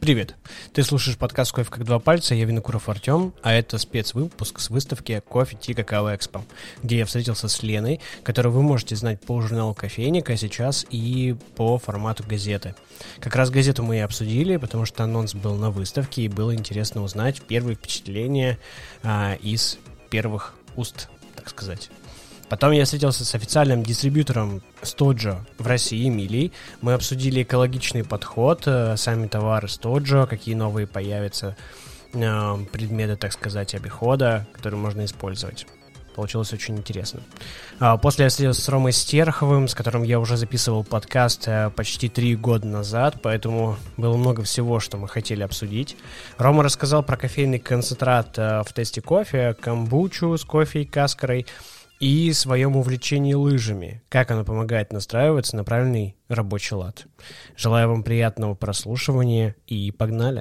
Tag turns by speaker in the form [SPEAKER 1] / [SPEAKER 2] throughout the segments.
[SPEAKER 1] Привет! Ты слушаешь подкаст «Кофе как два пальца», я Винокуров Артем, а это спецвыпуск с выставки «Кофе, Ти, Какао Экспо», где я встретился с Леной, которую вы можете знать по журналу «Кофейника» сейчас и по формату газеты. Как раз газету мы и обсудили, потому что анонс был на выставке, и было интересно узнать первые впечатления из первых уст, так сказать. Потом я встретился с официальным дистрибьютором Стоджо в России, Эмилией. Мы обсудили экологичный подход, сами товары Стоджо, какие новые появятся предметы, так сказать, обихода, которые можно использовать. Получилось очень интересно. После я встретился с Ромой Стерховым, с которым я уже записывал подкаст почти 3 года назад, поэтому было много всего, что мы хотели обсудить. Рома рассказал про кофейный концентрат в тесте кофе, камбучу с кофе и каскарой, и своем увлечении лыжами, как оно помогает настраиваться на правильный рабочий лад. Желаю вам приятного прослушивания и погнали!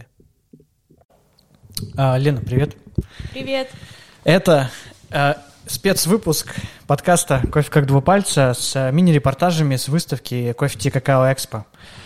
[SPEAKER 1] Лена, привет!
[SPEAKER 2] Привет!
[SPEAKER 1] Это спецвыпуск подкаста «Кофе как два пальца» с мини-репортажами с выставки «Кофе, Ти, Какао Экспо».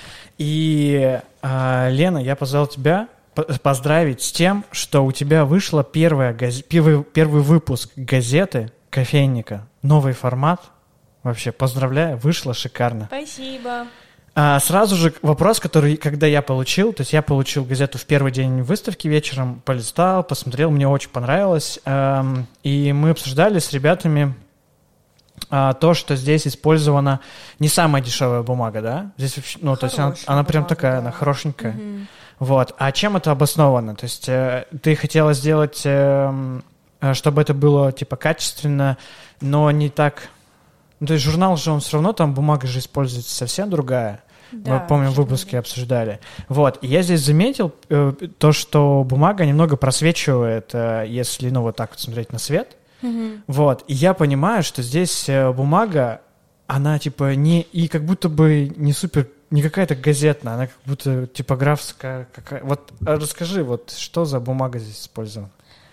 [SPEAKER 1] И, Лена, я позвал тебя поздравить с тем, что у тебя вышла первый выпуск газеты «Кофейника». Новый формат. Вообще, поздравляю, вышло шикарно.
[SPEAKER 2] Спасибо.
[SPEAKER 1] Сразу же вопрос, который, когда я получил, то есть я получил газету в первый день выставки вечером, полистал, посмотрел, мне очень понравилось. И мы обсуждали с ребятами то, что здесь использована не самая дешевая бумага, да? Здесь вообще, ну, то есть она прям такая, да. Она хорошенькая. Угу. Вот. А чем это обосновано? То есть ты хотела сделать... чтобы это было, типа, качественно, но не так... Ну, то есть журнал же, он все равно, там бумага же используется совсем другая. Да, мы, помню, в выпуске обсуждали. Вот, и я здесь заметил то, что бумага немного просвечивает, если, ну, вот так вот смотреть на свет. Mm-hmm. Вот, и я понимаю, что здесь бумага, она, типа, не... И как будто бы не супер... Не какая-то газетная, она как будто типографская. Вот расскажи, вот что за бумага здесь использована?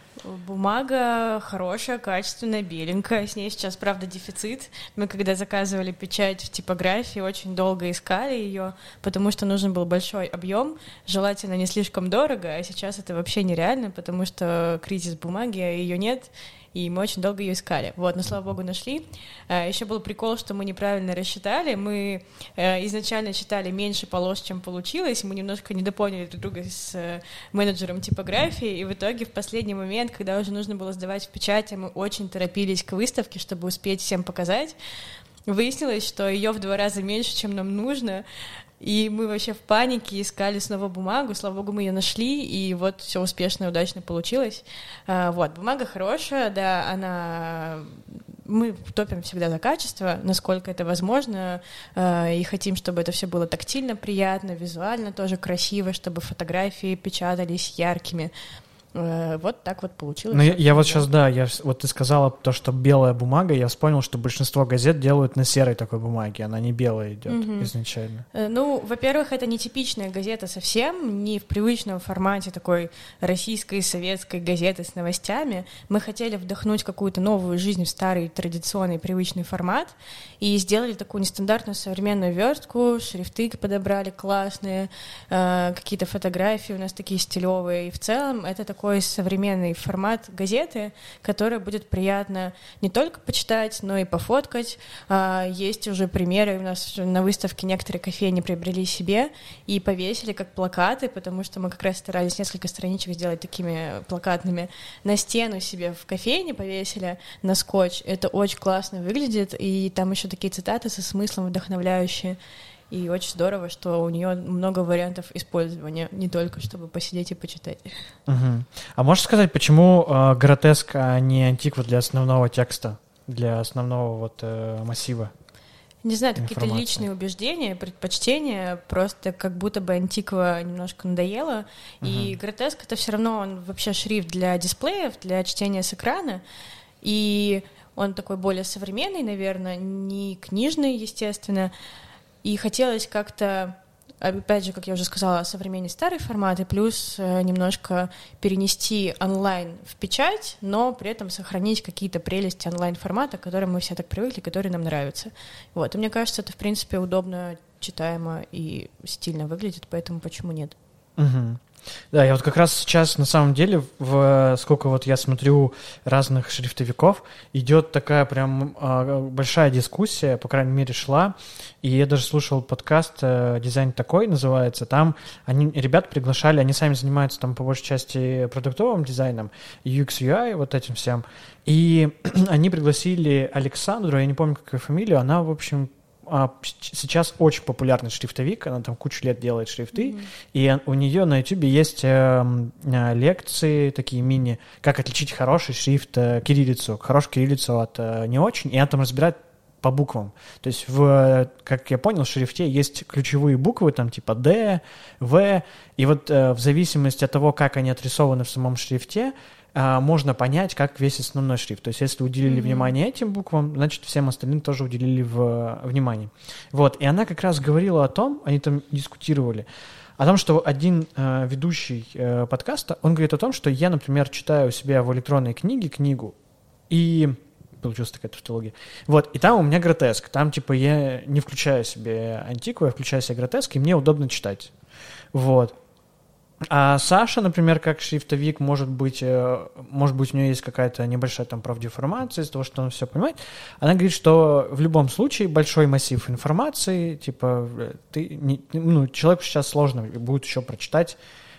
[SPEAKER 2] Бумага хорошая, качественная, беленькая. С ней сейчас, правда, дефицит. Мы, когда заказывали печать в типографии, очень долго искали ее, потому что нужен был большой объем, желательно не слишком дорого, а сейчас это вообще нереально, потому что кризис бумаги, ее нет, и мы очень долго ее искали. Вот, но, слава богу, нашли. Еще был прикол, что мы неправильно рассчитали. Мы изначально считали меньше полос, чем получилось. Мы немножко недопоняли друг друга с менеджером типографии, и в итоге в последний момент, когда уже нужно было сдавать в печать, мы очень торопились к выставке, чтобы успеть всем показать. Выяснилось, что ее в 2 раза меньше, чем нам нужно. И мы вообще в панике искали снова бумагу, слава богу, мы ее нашли, и вот все успешно и удачно получилось. Вот, бумага хорошая, да, мы топим всегда за качество, насколько это возможно, и хотим, чтобы это все было тактильно приятно, визуально тоже красиво, чтобы фотографии печатались яркими. Вот так вот получилось.
[SPEAKER 1] Ну, я вот сейчас, да, вот ты сказала то, что белая бумага, я вспомнил, что большинство газет делают на серой такой бумаге, она не белая идет изначально.
[SPEAKER 2] Ну, во-первых, это не типичная газета совсем, не в привычном формате такой российской советской газеты с новостями. Мы хотели вдохнуть какую-то новую жизнь в старый традиционный привычный формат и сделали такую нестандартную современную верстку, шрифты подобрали классные, какие-то фотографии у нас такие стилевые, и в целом это такой современный формат газеты, который будет приятно не только почитать, но и пофоткать. Есть уже примеры у нас на выставке, некоторые кофейни приобрели себе и повесили как плакаты, потому что мы как раз старались несколько страничек сделать такими плакатными. На стену себе в кофейне повесили на скотч. Это очень классно выглядит, и там еще такие цитаты со смыслом вдохновляющие. И очень здорово, что у нее много вариантов использования, не только чтобы посидеть и почитать.
[SPEAKER 1] Угу. А можешь сказать, почему гротеск, а не антиква для основного текста, для основного вот массива?
[SPEAKER 2] Не знаю, это какие-то личные убеждения, предпочтения, просто как будто бы антиква немножко надоела. И гротеск — это все равно он вообще шрифт для дисплеев, для чтения с экрана, и он такой более современный, наверное, не книжный, естественно. И хотелось как-то, опять же, как я уже сказала, современный старый формат, и плюс немножко перенести онлайн в печать, но при этом сохранить какие-то прелести онлайн-формата, к которым мы все так привыкли, которые нам нравятся. Вот. И мне кажется, это, в принципе, удобно, читаемо и стильно выглядит, поэтому почему нет?
[SPEAKER 3] Угу. Да, я вот как раз сейчас, на самом деле, сколько вот я смотрю разных шрифтовиков, идет такая прям большая дискуссия, по крайней мере, шла, и я даже слушал подкаст «Дизайн такой» называется, там ребят приглашали, они сами занимаются там по большей части продуктовым дизайном, UX, UI, вот этим всем, и они пригласили Александру, я не помню, какую фамилию, она, в общем, сейчас очень популярный шрифтовик, она там кучу лет делает шрифты, и у нее на YouTube есть лекции такие мини, как отличить хороший шрифт, хорошую кириллицу от не очень, и она там разбирает по буквам. То есть, как я понял, в шрифте есть ключевые буквы, там типа D, V, и вот в зависимости от того, как они отрисованы в самом шрифте, можно понять, как весь основной шрифт. То есть, если уделили внимание этим буквам, значит, всем остальным тоже уделили внимание. Вот, и она как раз говорила о том, они там дискутировали, о том, что один ведущий подкаста, он говорит о том, что я, например, читаю у себя в электронной книге книгу, и получилась такая тавтология. Вот, и там у меня гротеск. Там, типа, я не включаю себе антикву, я включаю себе гротеск, и мне удобно читать. Вот. А Саша, например, как шрифтовик, может быть, у нее есть какая-то небольшая там профдеформация из-за того, что он все понимает. Она говорит, что в любом случае большой массив информации, типа, человеку сейчас сложно будет еще прочитать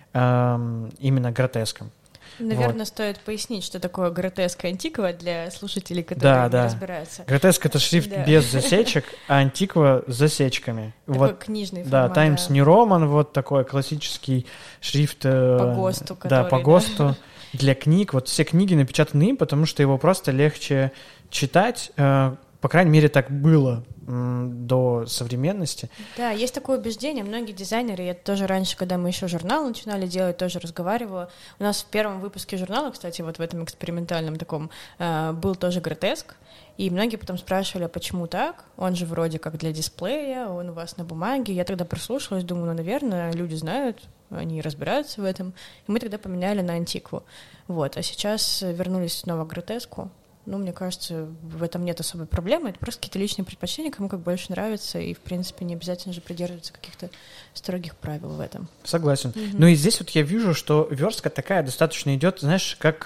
[SPEAKER 3] именно гротеском.
[SPEAKER 2] Наверное, стоит пояснить, что такое гротеск и антиква для слушателей, которые не разбираются.
[SPEAKER 3] Гротеск — это шрифт без засечек, а антиква с засечками.
[SPEAKER 2] Такой книжный формат.
[SPEAKER 3] Да, Times New Roman, вот такой классический шрифт
[SPEAKER 2] по ГОСТу.
[SPEAKER 3] По ГОСТу для книг. Вот все книги напечатаны им, потому что его просто легче читать. По крайней мере, так было до современности.
[SPEAKER 2] Да, есть такое убеждение. Многие дизайнеры, я тоже раньше, когда мы еще журнал начинали делать, тоже разговаривала. У нас в первом выпуске журнала, кстати, вот в этом экспериментальном таком, был тоже гротеск. И многие потом спрашивали, а почему так? Он же вроде как для дисплея, он у вас на бумаге. Я тогда прислушалась, думаю, наверное, люди знают, они разбираются в этом. И мы тогда поменяли на антикву. Вот. А сейчас вернулись снова к гротеску. Мне кажется, в этом нет особой проблемы. Это просто какие-то личные предпочтения, кому как больше нравится, и, в принципе, не обязательно же придерживаться каких-то строгих правил в этом.
[SPEAKER 3] Согласен. Ну и здесь вот я вижу, что верстка такая достаточно идет, знаешь, как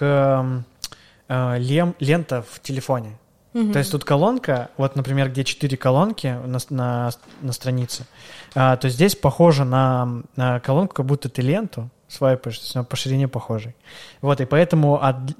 [SPEAKER 3] лента в телефоне. То есть тут колонка, вот, например, где 4 колонки на странице, то здесь похоже на колонку, как будто ты ленту свайпаешь, то есть по ширине похожей. Вот, и поэтому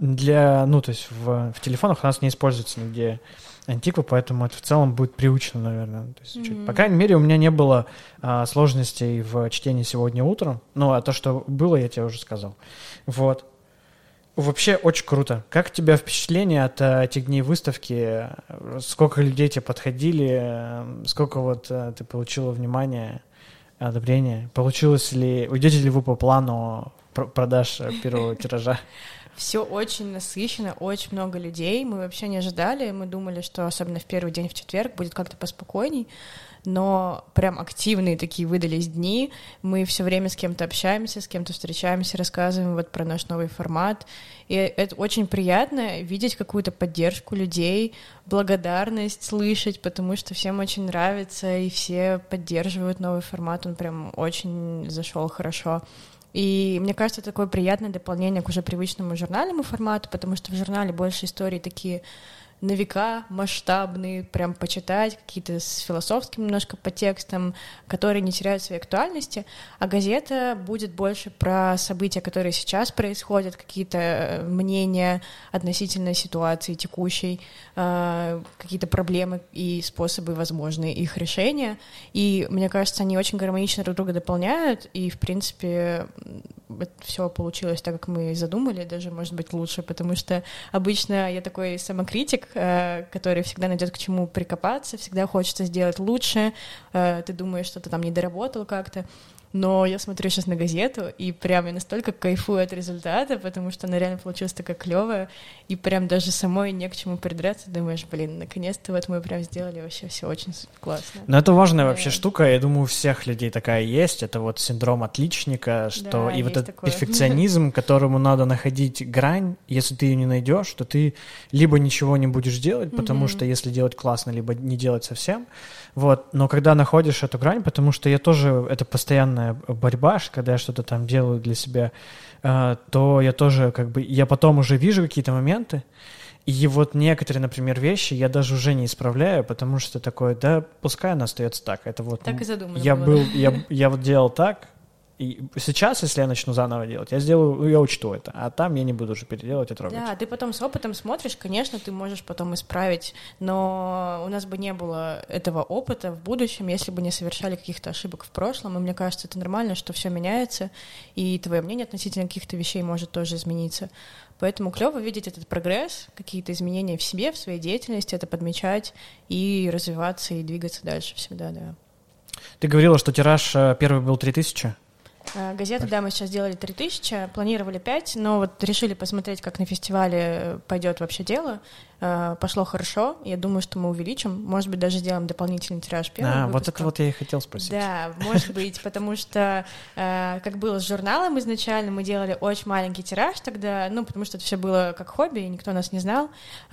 [SPEAKER 3] то есть в телефонах у нас не используется нигде антиква, поэтому это в целом будет приучено, наверное. То есть, по крайней мере, у меня не было сложностей в чтении сегодня утром. А то, что было, я тебе уже сказал. Вот. Вообще очень круто. Как у тебя впечатление от этих дней выставки? Сколько людей тебе подходили? Сколько вот ты получила внимания, одобрения? Уйдете ли вы по плану продаж первого тиража?
[SPEAKER 2] Все очень насыщенно, очень много людей. Мы вообще не ожидали. Мы думали, что особенно в первый день, в четверг, будет как-то поспокойней. Но прям активные такие выдались дни. Мы все время с кем-то общаемся, с кем-то встречаемся, рассказываем вот про наш новый формат. И это очень приятно видеть какую-то поддержку людей, благодарность слышать, потому что всем очень нравится, и все поддерживают новый формат. Он прям очень зашел хорошо. И мне кажется, это такое приятное дополнение к уже привычному журнальному формату, потому что в журнале больше истории такие на века, масштабные, прям почитать, какие-то с философским немножко подтекстом, которые не теряют своей актуальности, а газета будет больше про события, которые сейчас происходят, какие-то мнения относительно ситуации текущей, какие-то проблемы и способы возможные их решения, и мне кажется, они очень гармонично друг друга дополняют, и, в принципе, все получилось так, как мы и задумали, даже, может быть, лучше, потому что обычно я такой самокритик, который всегда найдет к чему прикопаться, всегда хочется сделать лучше, ты думаешь, что ты там не доработал как-то, но я смотрю сейчас на газету, и прям я настолько кайфую от результата, потому что она реально получилась такая клевая, и прям даже самой не к чему придраться, думаешь, наконец-то вот мы прям сделали вообще все очень классно.
[SPEAKER 3] Но это важная вообще штука, я думаю, у всех людей такая есть, это вот синдром отличника, что и вот этот перфекционизм, которому надо находить грань, если ты ее не найдешь, то ты либо ничего не будешь делать, потому что если делать классно, либо не делать совсем, вот, но когда находишь эту грань, потому что я тоже, это постоянная постоянная борьба, когда я что-то там делаю для себя, то я тоже как бы, я потом уже вижу какие-то моменты, и вот некоторые, например, вещи я даже уже не исправляю, потому что такое, да, пускай она остается так. Это вот
[SPEAKER 2] Так и задумано
[SPEAKER 3] я
[SPEAKER 2] было.
[SPEAKER 3] я вот делал так, и сейчас, если я начну заново делать, я учту это, а там я не буду уже переделывать и трогать.
[SPEAKER 2] Да, ты потом с опытом смотришь, конечно, ты можешь потом исправить, но у нас бы не было этого опыта в будущем, если бы не совершали каких-то ошибок в прошлом, и мне кажется, это нормально, что все меняется, и твое мнение относительно каких-то вещей может тоже измениться. Поэтому клево видеть этот прогресс, какие-то изменения в себе, в своей деятельности, это подмечать и развиваться, и двигаться дальше всегда, да.
[SPEAKER 3] Ты говорила, что тираж первый был 3000?
[SPEAKER 2] Газеты, да, мы сейчас делали 3000, планировали 5, но вот решили посмотреть, как на фестивале пойдет вообще дело. Пошло хорошо, я думаю, что мы увеличим, может быть, даже сделаем дополнительный тираж первого выпуска.
[SPEAKER 3] Вот это вот я и хотел спросить.
[SPEAKER 2] Да, может быть, потому что, как было с журналом изначально, мы делали очень маленький тираж тогда, ну, потому что это все было как хобби, и никто нас не знал,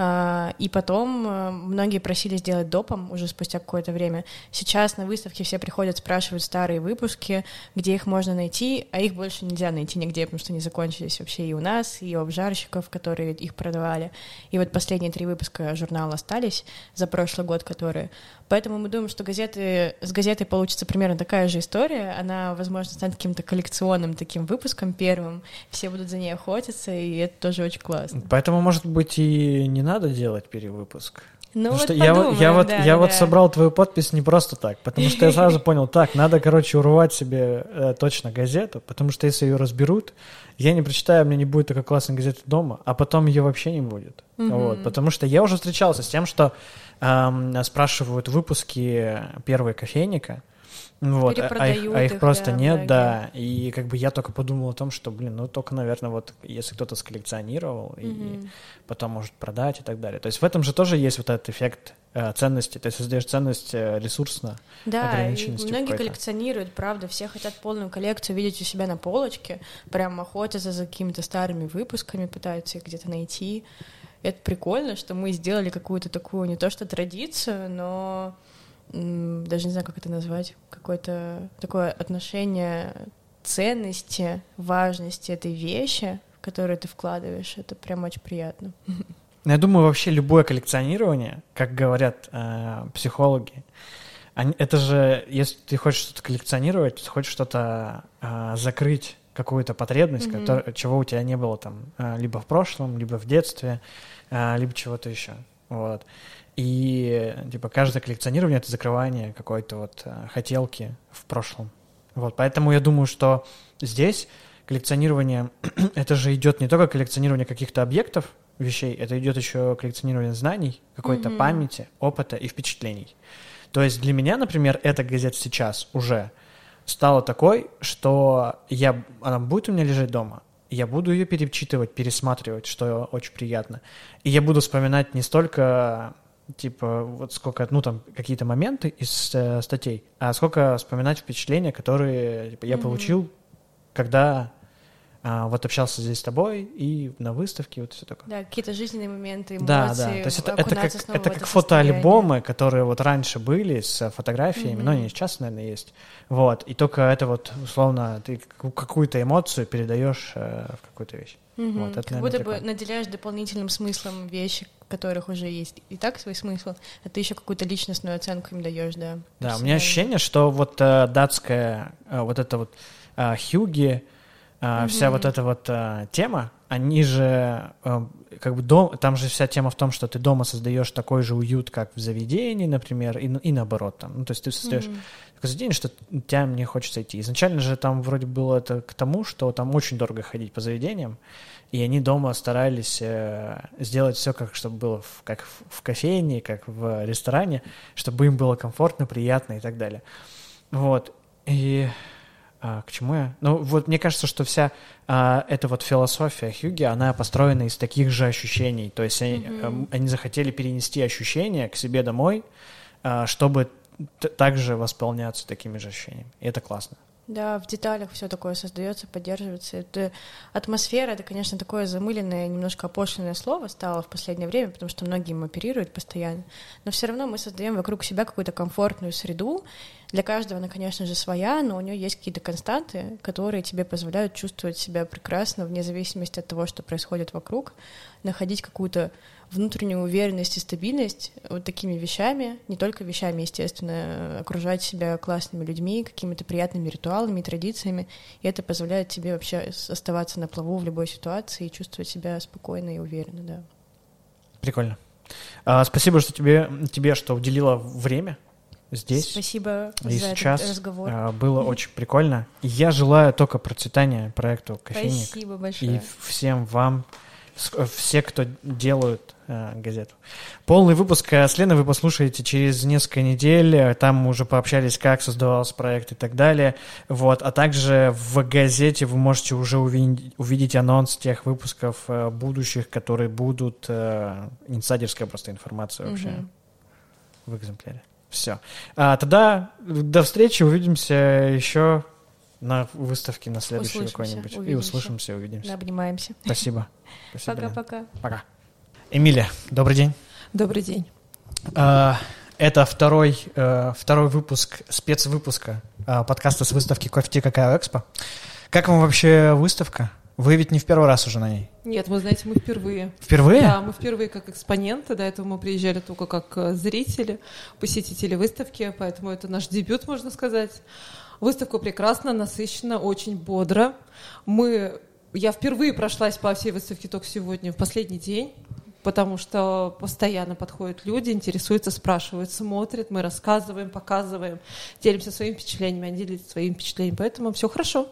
[SPEAKER 2] и потом многие просили сделать допом уже спустя какое-то время. Сейчас на выставке все приходят, спрашивают старые выпуски, где их можно найти, а их больше нельзя найти нигде, потому что они закончились вообще и у нас, и у обжарщиков, которые их продавали. И вот последние 3 выпуска журнала остались за прошлый год, которые... Поэтому мы думаем, что с газетой получится примерно такая же история. Она, возможно, станет каким-то коллекционным таким выпуском первым. Все будут за ней охотиться, и это тоже очень классно.
[SPEAKER 3] Поэтому, может быть, и не надо делать перевыпуск.
[SPEAKER 2] Ну,
[SPEAKER 3] потому
[SPEAKER 2] вот
[SPEAKER 3] что
[SPEAKER 2] подумаем,
[SPEAKER 3] я вот собрал твою подпись не просто так, потому что я сразу понял, так, надо, короче, урвать себе точно газету, потому что если ее разберут, я не прочитаю, у меня не будет такой классной газеты дома, а потом ее вообще не будет. Вот, потому что я уже встречался с тем, что спрашивают выпуски первого кофейника, вот, а их просто нет, да, и как бы я только подумал о том, что, ну только, наверное, вот если кто-то сколлекционировал и потом может продать и так далее. То есть в этом же тоже есть вот этот эффект ценности, ты создаешь ценность ресурсно, ограниченности.
[SPEAKER 2] Да, многие коллекционируют, правда, все хотят полную коллекцию видеть у себя на полочке, прям охотятся за какими-то старыми выпусками, пытаются их где-то найти. Это прикольно, что мы сделали какую-то такую, не то что традицию, но... даже не знаю, как это назвать, какое-то такое отношение ценности, важности этой вещи, в которую ты вкладываешь, это прям очень приятно.
[SPEAKER 3] Я думаю, вообще любое коллекционирование, как говорят психологи, это же, если ты хочешь что-то коллекционировать, ты хочешь что-то закрыть, какую-то потребность, чего у тебя не было там либо в прошлом, либо в детстве, либо чего-то еще. Вот. И типа каждое коллекционирование — это закрывание какой-то вот хотелки в прошлом. Вот, поэтому я думаю, что здесь коллекционирование — это же идет не только коллекционирование каких-то объектов, вещей, это идет еще коллекционирование знаний, какой-то памяти, опыта и впечатлений. То есть для меня, например, эта газета сейчас уже стала такой, что она будет у меня лежать дома, я буду ее перечитывать, пересматривать, что очень приятно. И я буду вспоминать не столько, типа, вот сколько, ну, там, какие-то моменты из статей, а сколько вспоминать впечатления, которые типа, я получил, когда вот общался здесь с тобой и на выставке, вот все такое.
[SPEAKER 2] Да, какие-то жизненные моменты, эмоции.
[SPEAKER 3] Да. То есть это как фотоальбомы, которые вот раньше были с фотографиями, но они сейчас, наверное, есть. Вот, и только это вот, условно, ты какую-то эмоцию передаешь в какую-то вещь. Вот, это,
[SPEAKER 2] как будто бы наделяешь дополнительным смыслом вещи, которых уже есть и так свой смысл, а ты еще какую-то личностную оценку им даешь, да.
[SPEAKER 3] Да, у меня ощущение, что вот датская, вот эта вот Хьюги, вся вот эта вот тема, они же как бы там же вся тема в том, что ты дома создаешь такой же уют, как в заведении, например, и наоборот там. Ну, то есть ты создаешь такое заведение, что тебя не хочется идти. Изначально же там вроде было это к тому, что там очень дорого ходить по заведениям, и они дома старались сделать все, как чтобы было как в кофейне, как в ресторане, чтобы им было комфортно, приятно и так далее. Вот. И к чему я? Ну, вот мне кажется, что вся эта вот философия Хьюги, она построена из таких же ощущений. То есть они захотели перенести ощущения к себе домой, чтобы также восполняться такими же ощущениями. И это классно.
[SPEAKER 2] Да, в деталях все такое создается, поддерживается. Это атмосфера, это, конечно, такое замыленное, немножко опошленное слово стало в последнее время, потому что многие им оперируют постоянно. Но все равно мы создаем вокруг себя какую-то комфортную среду, Для каждого она, конечно же, своя, но у нее есть какие-то константы, которые тебе позволяют чувствовать себя прекрасно вне зависимости от того, что происходит вокруг, находить какую-то внутреннюю уверенность и стабильность вот такими вещами, не только вещами, естественно, окружать себя классными людьми, какими-то приятными ритуалами и традициями, и это позволяет тебе вообще оставаться на плаву в любой ситуации и чувствовать себя спокойно и уверенно, да.
[SPEAKER 3] Прикольно. Спасибо, что тебе что уделила время здесь.
[SPEAKER 2] Спасибо
[SPEAKER 3] и
[SPEAKER 2] за
[SPEAKER 3] сейчас.
[SPEAKER 2] этот разговор.
[SPEAKER 3] Было очень прикольно. Я желаю только процветания проекту «Кофейник».
[SPEAKER 2] Спасибо большое.
[SPEAKER 3] И всем вам, все, кто делают газету. Полный выпуск с Леной вы послушаете через несколько недель. Там мы уже пообщались, как создавался проект и так далее. Вот. А также в газете вы можете уже увидеть анонс тех выпусков будущих, которые будут. Инсайдерская просто информация вообще в экземпляре. Все. Тогда до встречи. Увидимся еще на выставке на следующей какой-нибудь. И услышимся, увидимся.
[SPEAKER 2] Обнимаемся.
[SPEAKER 3] Спасибо.
[SPEAKER 2] Пока-пока.
[SPEAKER 3] Пока. Эмилия, добрый день.
[SPEAKER 4] Добрый день.
[SPEAKER 3] Это второй выпуск, спецвыпуска подкаста с выставки Кофе Tea Какао Экспо. Как вам вообще выставка? Вы ведь не в первый раз уже на ней.
[SPEAKER 4] Нет, вы знаете, мы впервые.
[SPEAKER 3] Впервые?
[SPEAKER 4] Да, мы впервые как экспоненты. До этого мы приезжали только как зрители, посетители выставки, поэтому это наш дебют, можно сказать. Выставка прекрасна, насыщена, очень бодро. Я впервые прошлась по всей выставке только сегодня, в последний день, потому что постоянно подходят люди, интересуются, спрашивают, смотрят, мы рассказываем, показываем, делимся своими впечатлениями, они делятся своими впечатлениями, поэтому все хорошо.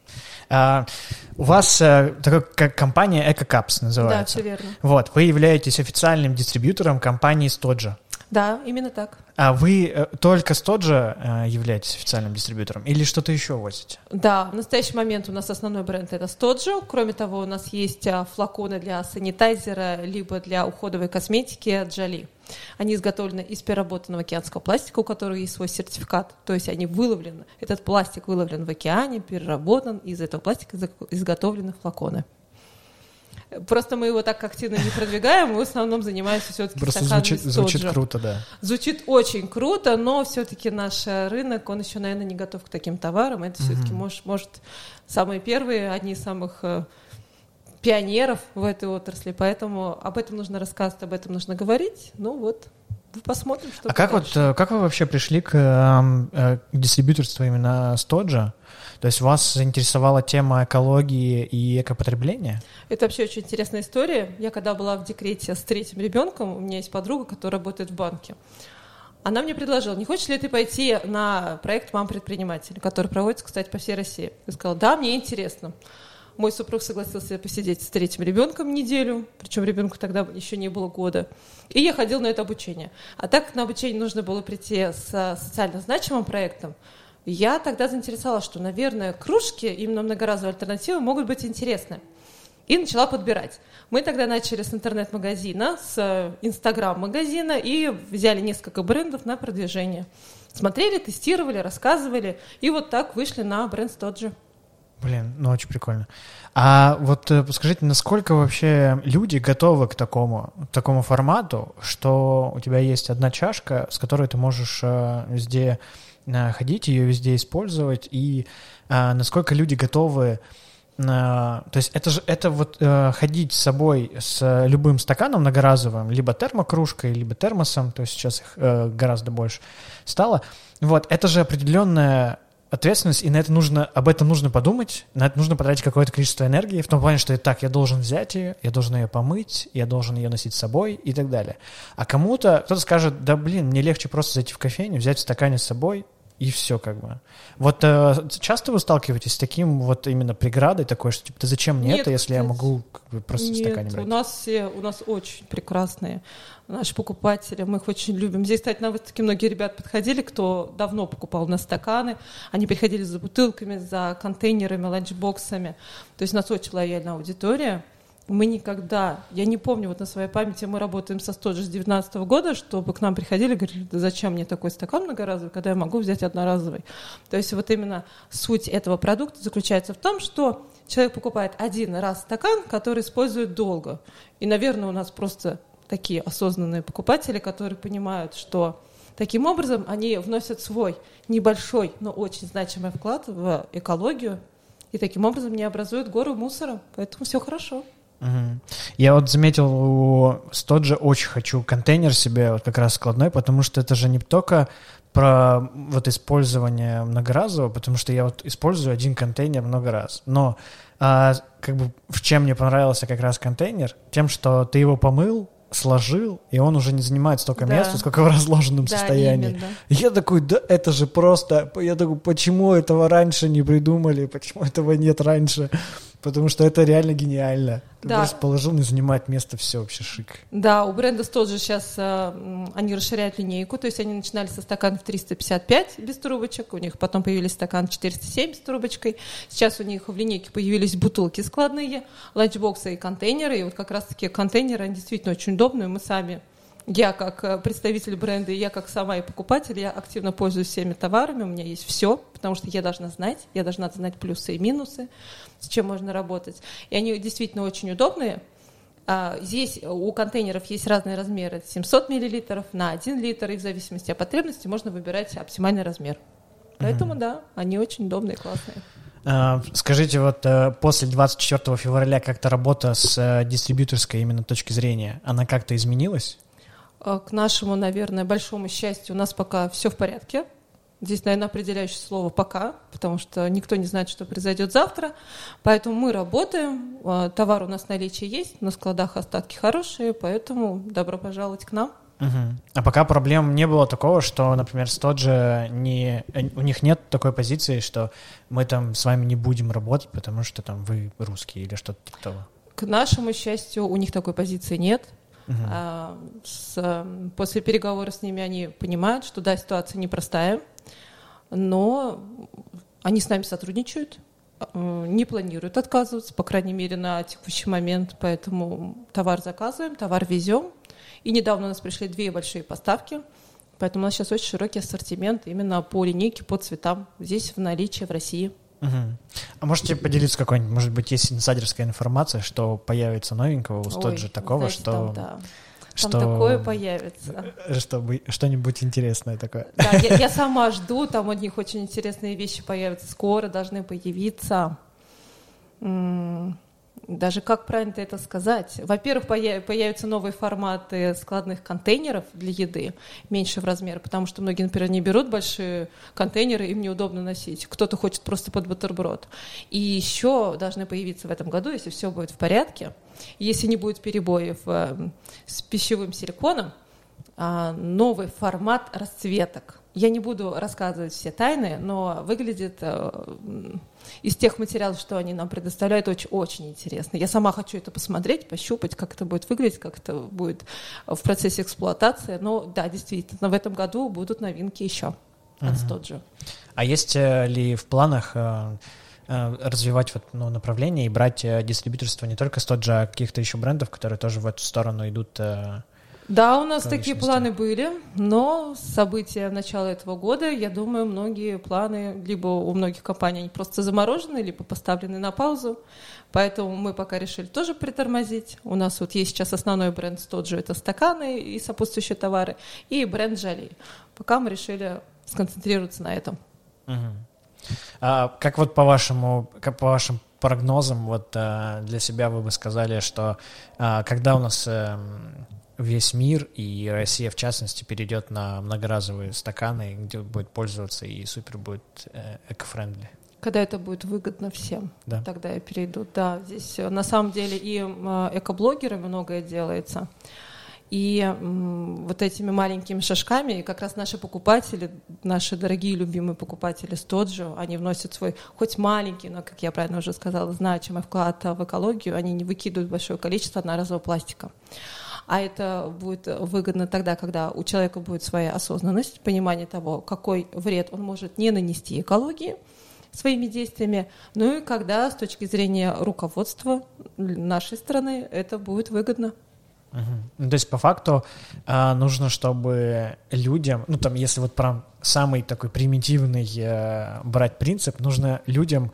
[SPEAKER 3] У вас такая как компания EcoCups называется.
[SPEAKER 4] Да, все верно.
[SPEAKER 3] Вот, вы являетесь официальным дистрибьютором компании Stodja.
[SPEAKER 4] Да, именно так.
[SPEAKER 3] А вы только Stodja являетесь официальным дистрибьютором или что-то еще возите?
[SPEAKER 4] Да, в настоящий момент у нас основной бренд — это Stodja. Кроме того, у нас есть флаконы для санитайзера, либо для уходовой косметики от Jolie. Они изготовлены из переработанного океанского пластика, у которого есть свой сертификат. То есть они выловлены, этот пластик выловлен в океане, переработан, из этого пластика изготовлены флаконы. Просто мы его так активно не продвигаем, мы в основном занимаемся все-таки стаканами Stodja.
[SPEAKER 3] Звучит круто, да.
[SPEAKER 4] Звучит очень круто, но все-таки наш рынок, он еще, наверное, не готов к таким товарам. Это все-таки, может, самые первые, одни из самых пионеров в этой отрасли, поэтому об этом нужно рассказывать, об этом нужно говорить. Ну вот, посмотрим, что будет дальше.
[SPEAKER 3] Как вы вообще пришли к дистрибьюторству именно Stodja? То есть вас заинтересовала тема экологии и экопотребления?
[SPEAKER 4] Это вообще очень интересная история. Я когда была в декрете с 3-м ребенком, у меня есть подруга, которая работает в банке. Она мне предложила: не хочешь ли ты пойти на проект «Мам-предприниматель», который проводится, кстати, по всей России? Я сказала: да, мне интересно. Мой супруг согласился посидеть с 3-м ребенком неделю, причем ребенку тогда еще не было года. И я ходила на это обучение. А так как на обучение нужно было прийти с социально значимым проектом, я тогда заинтересовалась, что, наверное, кружки, именно многоразовые альтернативы, могут быть интересны. И начала подбирать. Мы тогда начали с интернет-магазина, с инстаграм-магазина и взяли несколько брендов на продвижение. Смотрели, тестировали, рассказывали, и вот так вышли на бренд Stodja.
[SPEAKER 3] Блин, ну очень прикольно. А вот скажите, насколько вообще люди готовы к такому формату, что у тебя есть одна чашка, с которой ты можешь везде ходить, ее везде использовать, и насколько люди готовы... То есть это вот ходить с собой с любым стаканом многоразовым, либо термокружкой, либо термосом, то есть сейчас их гораздо больше стало. Вот, это же определенная ответственность, и об этом нужно подумать, на это нужно потратить какое-то количество энергии, в том плане, что я должен взять ее, я должен ее помыть, я должен ее носить с собой и так далее. А кто-то скажет: да блин, мне легче просто зайти в кофейню, взять в стакане с собой, и все как бы. Вот часто вы сталкиваетесь с таким вот именно преградой такой, что типа, да зачем мне это, если я могу как бы просто в стакане брать?
[SPEAKER 4] У нас очень прекрасные наши покупатели, мы их очень любим. Здесь, кстати, на выставке многие ребята подходили, кто давно покупал на стаканы, они приходили за бутылками, за контейнерами, ланчбоксами. То есть у нас очень лояльная аудитория. Мы никогда, я не помню, вот на своей памяти мы работаем со Stodja с 2019 года, чтобы к нам приходили и говорили: да зачем мне такой стакан многоразовый, когда я могу взять одноразовый. То есть вот именно суть этого продукта заключается в том, что человек покупает один раз стакан, который использует долго. И, наверное, у нас просто такие осознанные покупатели, которые понимают, что Таким образом, они вносят свой небольшой, но очень значимый вклад в экологию, и таким образом не образуют гору мусора. Поэтому все хорошо.
[SPEAKER 3] Я вот заметил, у Stodge очень хочу контейнер себе, вот как раз складной, потому что это же не только про вот использование многоразового, потому что я вот использую один контейнер много раз. Но как бы в чем мне понравился как раз контейнер? Тем, что ты его помыл, сложил, и он уже не занимает столько места, сколько в разложенном состоянии.
[SPEAKER 4] Именно.
[SPEAKER 3] Я такой, да это же просто... Я такой, почему этого раньше не придумали, почему этого нет раньше? Потому что это реально гениально. Ты просто положил, не занимает место, все вообще шик.
[SPEAKER 4] Да, у бренда Stodge сейчас они расширяют линейку, то есть они начинали со стаканов 355 без трубочек, у них потом появились стаканы 407 с трубочкой, сейчас у них в линейке появились бутылки складные, ланчбоксы и контейнеры, и вот как раз-таки контейнеры, они действительно очень удобные, мы сами... Я как представитель бренда, и я как сама и покупатель, я активно пользуюсь всеми товарами, у меня есть все, потому что я должна знать плюсы и минусы, с чем можно работать. И они действительно очень удобные. Здесь у контейнеров есть разные размеры, 700 мл на 1 литр, и в зависимости от потребности можно выбирать оптимальный размер. Поэтому, да, они очень удобные, классные.
[SPEAKER 3] Скажите, вот после 24 февраля как-то работа с дистрибьюторской именно точки зрения, она как-то изменилась?
[SPEAKER 4] К нашему, наверное, большому счастью, у нас пока все в порядке. Здесь, наверное, определяющее слово «пока», потому что никто не знает, что произойдет завтра. Поэтому мы работаем, товар у нас в наличии есть, на складах остатки хорошие, поэтому добро пожаловать к нам.
[SPEAKER 3] А пока проблем не было такого, что, например, Stodge у них нет такой позиции, что мы там с вами не будем работать, потому что там вы русские или что-то типа того?
[SPEAKER 4] К нашему счастью, у них такой позиции нет. После переговоров с ними они понимают, что да, ситуация непростая, но они с нами сотрудничают, не планируют отказываться, по крайней мере, на текущий момент, поэтому товар заказываем, товар везем. И недавно у нас пришли 2 большие поставки, поэтому у нас сейчас очень широкий ассортимент именно по линейке, по цветам, здесь в наличии в России.
[SPEAKER 3] А можете поделиться какой-нибудь, может быть, есть инсайдерская информация, что появится новенького у Stodge такого,
[SPEAKER 4] знаете,
[SPEAKER 3] что...
[SPEAKER 4] Там такое появится.
[SPEAKER 3] Чтобы что-нибудь интересное такое.
[SPEAKER 4] Да, я сама жду, там у них очень интересные вещи появятся, скоро должны появиться. Даже как правильно это сказать? Во-первых, появятся новые форматы складных контейнеров для еды, меньше в размере, потому что многие, например, не берут большие контейнеры, им неудобно носить. Кто-то хочет просто под бутерброд. И еще должны появиться в этом году, если все будет в порядке, если не будет перебоев с пищевым силиконом, новый формат расцветок. Я не буду рассказывать все тайны, но выглядит из тех материалов, что они нам предоставляют, очень интересно. Я сама хочу это посмотреть, пощупать, как это будет выглядеть, как это будет в процессе эксплуатации. Но да, действительно, в этом году будут новинки еще от Stodge.
[SPEAKER 3] А есть ли в планах развивать направление и брать дистрибьюторство не только Stodge, а каких-то еще брендов, которые тоже в эту сторону идут?
[SPEAKER 4] Да, у нас такие планы были, но события начала этого года, я думаю, многие планы либо у многих компаний они просто заморожены, либо поставлены на паузу, поэтому мы пока решили тоже притормозить. У нас вот есть сейчас основной бренд Stodge, это стаканы и сопутствующие товары, и бренд Jolie. Пока мы решили сконцентрироваться на этом.
[SPEAKER 3] Как вот по вашим прогнозам, вот для себя вы бы сказали, что когда у нас весь мир и Россия, в частности, перейдет на многоразовые стаканы, где будет пользоваться и супер будет эко-френдли?
[SPEAKER 4] Когда это будет выгодно всем,
[SPEAKER 3] да.
[SPEAKER 4] Тогда и перейдут. Да, здесь на самом деле и экоблогерами многое делается. И вот этими маленькими шажками, и как раз наши покупатели, наши дорогие любимые покупатели Stodge, они вносят свой, хоть маленький, но, как я правильно уже сказала, значимый вклад в экологию, они не выкидывают большое количество одноразового пластика. А это будет выгодно тогда, когда у человека будет своя осознанность, понимание того, какой вред он может не нанести экологии своими действиями, ну и когда с точки зрения руководства нашей страны это будет выгодно.
[SPEAKER 3] То есть по факту нужно, чтобы людям, если вот прям самый такой примитивный брать принцип, нужно людям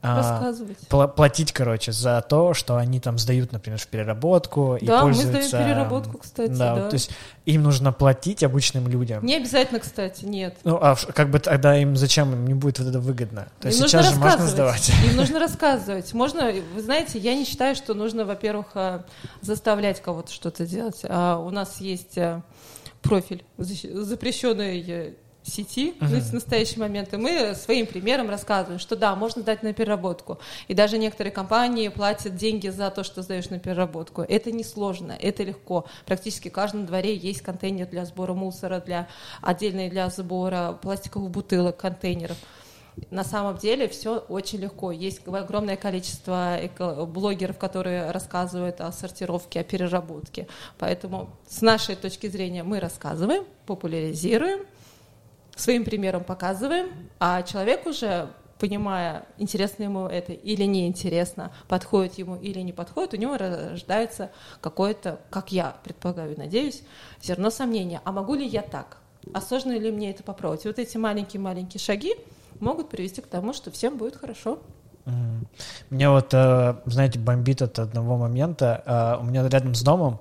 [SPEAKER 4] Рассказывать.
[SPEAKER 1] платить, короче, за то, что они там сдают, например, в переработку и
[SPEAKER 4] Да, мы
[SPEAKER 1] пользуются...
[SPEAKER 4] сдаем переработку, кстати, да.
[SPEAKER 1] То есть им нужно платить обычным людям.
[SPEAKER 4] Не обязательно, кстати, нет.
[SPEAKER 1] Ну, а как бы тогда им зачем? Им не будет вот это выгодно. То есть
[SPEAKER 4] Им
[SPEAKER 1] сейчас же
[SPEAKER 4] нужно
[SPEAKER 1] можно
[SPEAKER 4] рассказывать.
[SPEAKER 1] сдавать.
[SPEAKER 4] Им нужно рассказывать. Можно, вы знаете, я не считаю, что нужно, во-первых, заставлять кого-то что-то делать. У нас есть профиль запрещенной сети в настоящий момент, и мы своим примером рассказываем, что да, можно сдать на переработку. И даже некоторые компании платят деньги за то, что сдаешь на переработку. Это несложно, это легко. Практически в каждом дворе есть контейнер для сбора мусора, отдельный для сбора пластиковых бутылок, контейнеров. На самом деле все очень легко. Есть огромное количество блогеров, которые рассказывают о сортировке, о переработке. Поэтому с нашей точки зрения мы рассказываем, популяризируем, своим примером показываем, а человек уже, понимая, интересно ему это или неинтересно, подходит ему или не подходит, у него рождается какое-то, как я предполагаю, надеюсь, зерно сомнения. А могу ли я так? А сложно ли мне это попробовать? И вот эти маленькие-маленькие шаги могут привести к тому, что всем будет хорошо.
[SPEAKER 1] Меня вот, знаете, бомбит от одного момента. У меня рядом с домом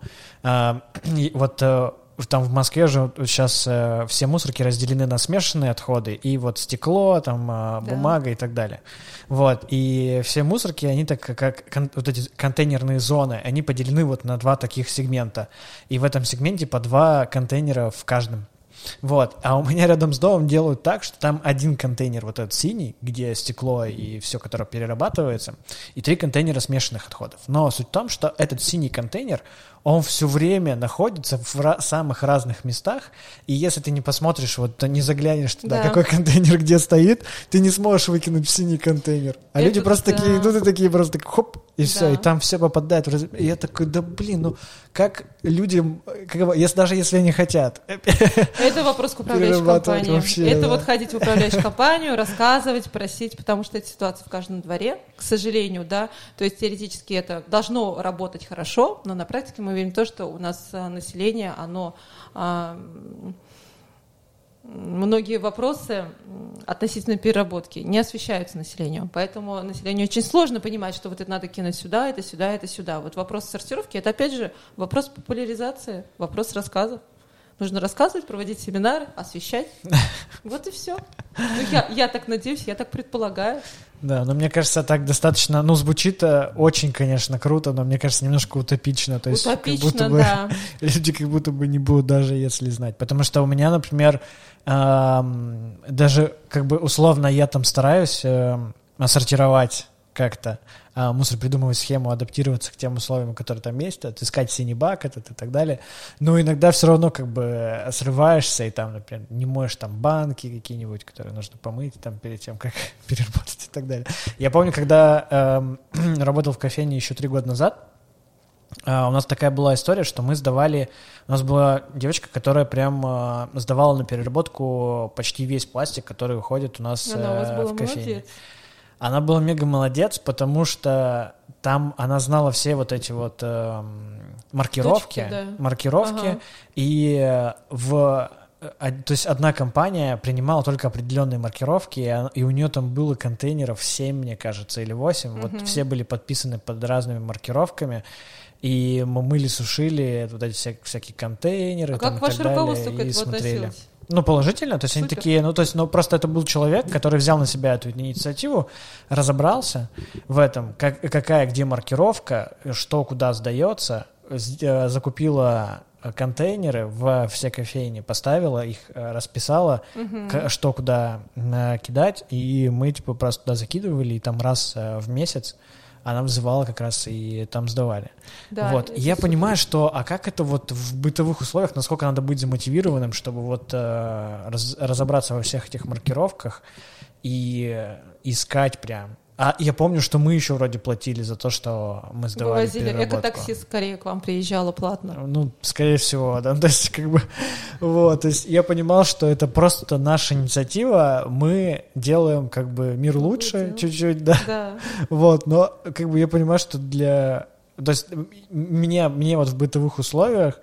[SPEAKER 1] там в Москве же сейчас все мусорки разделены на смешанные отходы и вот стекло, там бумага и так далее. Вот, и все мусорки, они так как вот эти контейнерные зоны, они поделены вот на 2 таких сегмента. И в этом сегменте по 2 контейнера в каждом. Вот, а у меня рядом с домом делают так, что там 1 контейнер вот этот синий, где стекло и все, которое перерабатывается, и 3 контейнера смешанных отходов. Но суть в том, что этот синий контейнер, он все время находится в самых разных местах, и если ты не посмотришь, вот не заглянешь туда, какой контейнер где стоит, ты не сможешь выкинуть в синий контейнер. А люди просто такие идут и такие просто хоп, и все, и там все попадает. И я такой, да блин, ну как людям, даже если они хотят.
[SPEAKER 4] Это вопрос к управляющей компании.
[SPEAKER 1] Вообще,
[SPEAKER 4] это вот ходить в управляющую компанию, рассказывать, просить, потому что это ситуация в каждом дворе, к сожалению, да. То есть теоретически это должно работать хорошо, но на практике мы видим то, что у нас население, оно многие вопросы относительно переработки не освещаются населению. Поэтому населению очень сложно понимать, что вот это надо кинуть сюда, это сюда, это сюда. Вот вопрос сортировки – это, опять же, вопрос популяризации, вопрос рассказов. Нужно рассказывать, проводить семинары, освещать. Вот и все. Я так надеюсь, я так предполагаю.
[SPEAKER 1] Да, но мне кажется, так достаточно, звучит очень, конечно, круто, но мне кажется, немножко утопично. То есть,
[SPEAKER 4] утопично,
[SPEAKER 1] как будто бы,
[SPEAKER 4] да.
[SPEAKER 1] Люди как будто бы не будут даже если знать. Потому что у меня, например, даже как бы условно я там стараюсь сортировать как-то мусор, придумывать схему, адаптироваться к тем условиям, которые там есть, отыскать синий бак и так далее. Но иногда все равно как бы срываешься и там, например, не моешь там банки какие-нибудь, которые нужно помыть там перед тем, как переработать и так далее. Я помню, когда работал в кофейне еще 3 года назад, у нас такая была история, что мы сдавали... У нас была девочка, которая прям сдавала на переработку почти весь пластик, который уходит у нас в кофейне.
[SPEAKER 4] Молодец.
[SPEAKER 1] Она была мега молодец, потому что там она знала все вот эти вот маркировки,
[SPEAKER 4] точки, да.
[SPEAKER 1] маркировки, и то есть одна компания принимала только определенные маркировки, и у нее там было контейнеров 7, мне кажется, или 8, вот все были подписаны под разными маркировками, и мы мыли, сушили вот эти всякие контейнеры.
[SPEAKER 4] А как ваше руководство к этому относилось?
[SPEAKER 1] Положительно, то есть они такие, просто это был человек, который взял на себя эту инициативу, разобрался в этом, какая где маркировка, что куда сдается, закупила контейнеры в все кофейни, поставила их, расписала, что куда кидать, и мы просто туда закидывали, и там раз в месяц она вызывала как раз и там сдавали.
[SPEAKER 4] Да,
[SPEAKER 1] вот. И я понимаю, что, как это вот в бытовых условиях, насколько надо быть замотивированным, чтобы вот разобраться во всех этих маркировках и искать прям. А я помню, что мы еще вроде платили за то, что мы сдавали переработку.
[SPEAKER 4] Эко-такси скорее к вам приезжало платно.
[SPEAKER 1] Скорее всего, да. То есть, то есть я понимал, что это просто наша инициатива, мы делаем мир лучше чуть-чуть, да.
[SPEAKER 4] Да.
[SPEAKER 1] Вот, но я понимаю, что то есть мне вот в бытовых условиях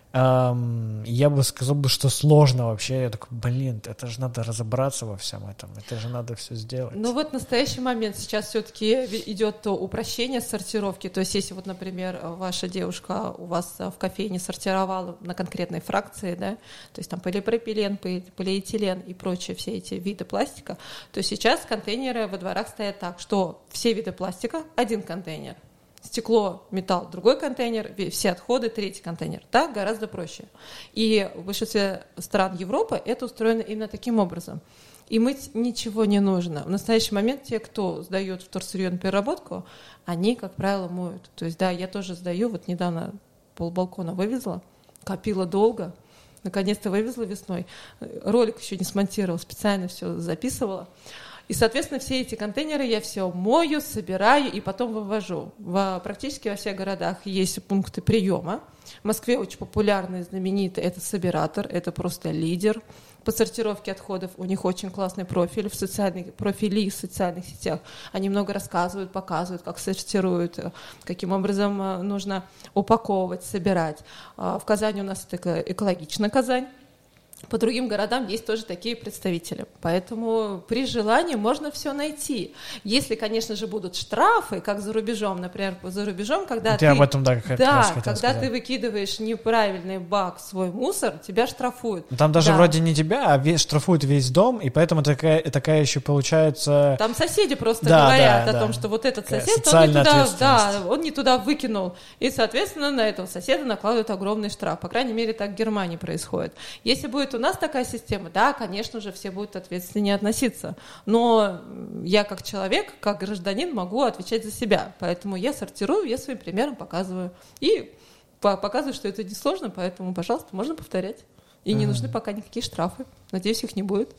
[SPEAKER 3] я бы сказал, что сложно вообще. Я такой, блин, это же надо разобраться во всем этом, это же надо все сделать.
[SPEAKER 4] Ну вот в настоящий момент сейчас все-таки идет то упрощение сортировки. То есть если вот, например, ваша девушка у вас в кофейне сортировала на конкретной фракции, да, то есть там полипропилен, полиэтилен и прочие все эти виды пластика, то сейчас контейнеры во дворах стоят так, что все виды пластика — один контейнер. Стекло, металл — другой контейнер, все отходы — третий контейнер. Так гораздо проще. И в большинстве стран Европы это устроено именно таким образом. И мыть ничего не нужно. В настоящий момент те, кто сдает вторсырье на переработку, они, как правило, моют. То есть, да, я тоже сдаю. Вот недавно полбалкона вывезла, копила долго, наконец-то вывезла весной. Ролик еще не смонтировала, специально все записывала. И, соответственно, все эти контейнеры я все мою, собираю и потом вывожу. Практически во всех городах есть пункты приема. В Москве очень популярный, знаменитый — это Собиратор, это просто лидер по сортировке отходов. У них очень классный профили в социальных сетях. Они много рассказывают, показывают, как сортируют, каким образом нужно упаковывать, собирать. В Казани у нас это «Экологично Казань». По другим городам есть тоже такие представители. Поэтому при желании можно все найти. Если, конечно же, будут штрафы, как за рубежом, например, за рубежом, когда ты ты выкидываешь неправильный бак в свой мусор, тебя штрафуют.
[SPEAKER 3] Там даже вроде не тебя, а штрафуют весь дом, и поэтому такая еще получается...
[SPEAKER 4] Там соседи просто говорят о том, что вот этот сосед, он не туда выкинул. И, соответственно, на этого соседа накладывают огромный штраф. По крайней мере, так в Германии происходит. Если будет у нас такая система, да, конечно же, все будут ответственнее относиться. Но я как человек, как гражданин могу отвечать за себя. Поэтому я сортирую, я своим примером показываю. И показываю, что это несложно, поэтому, пожалуйста, можно повторять. И не нужны пока никакие штрафы. Надеюсь, их не будет.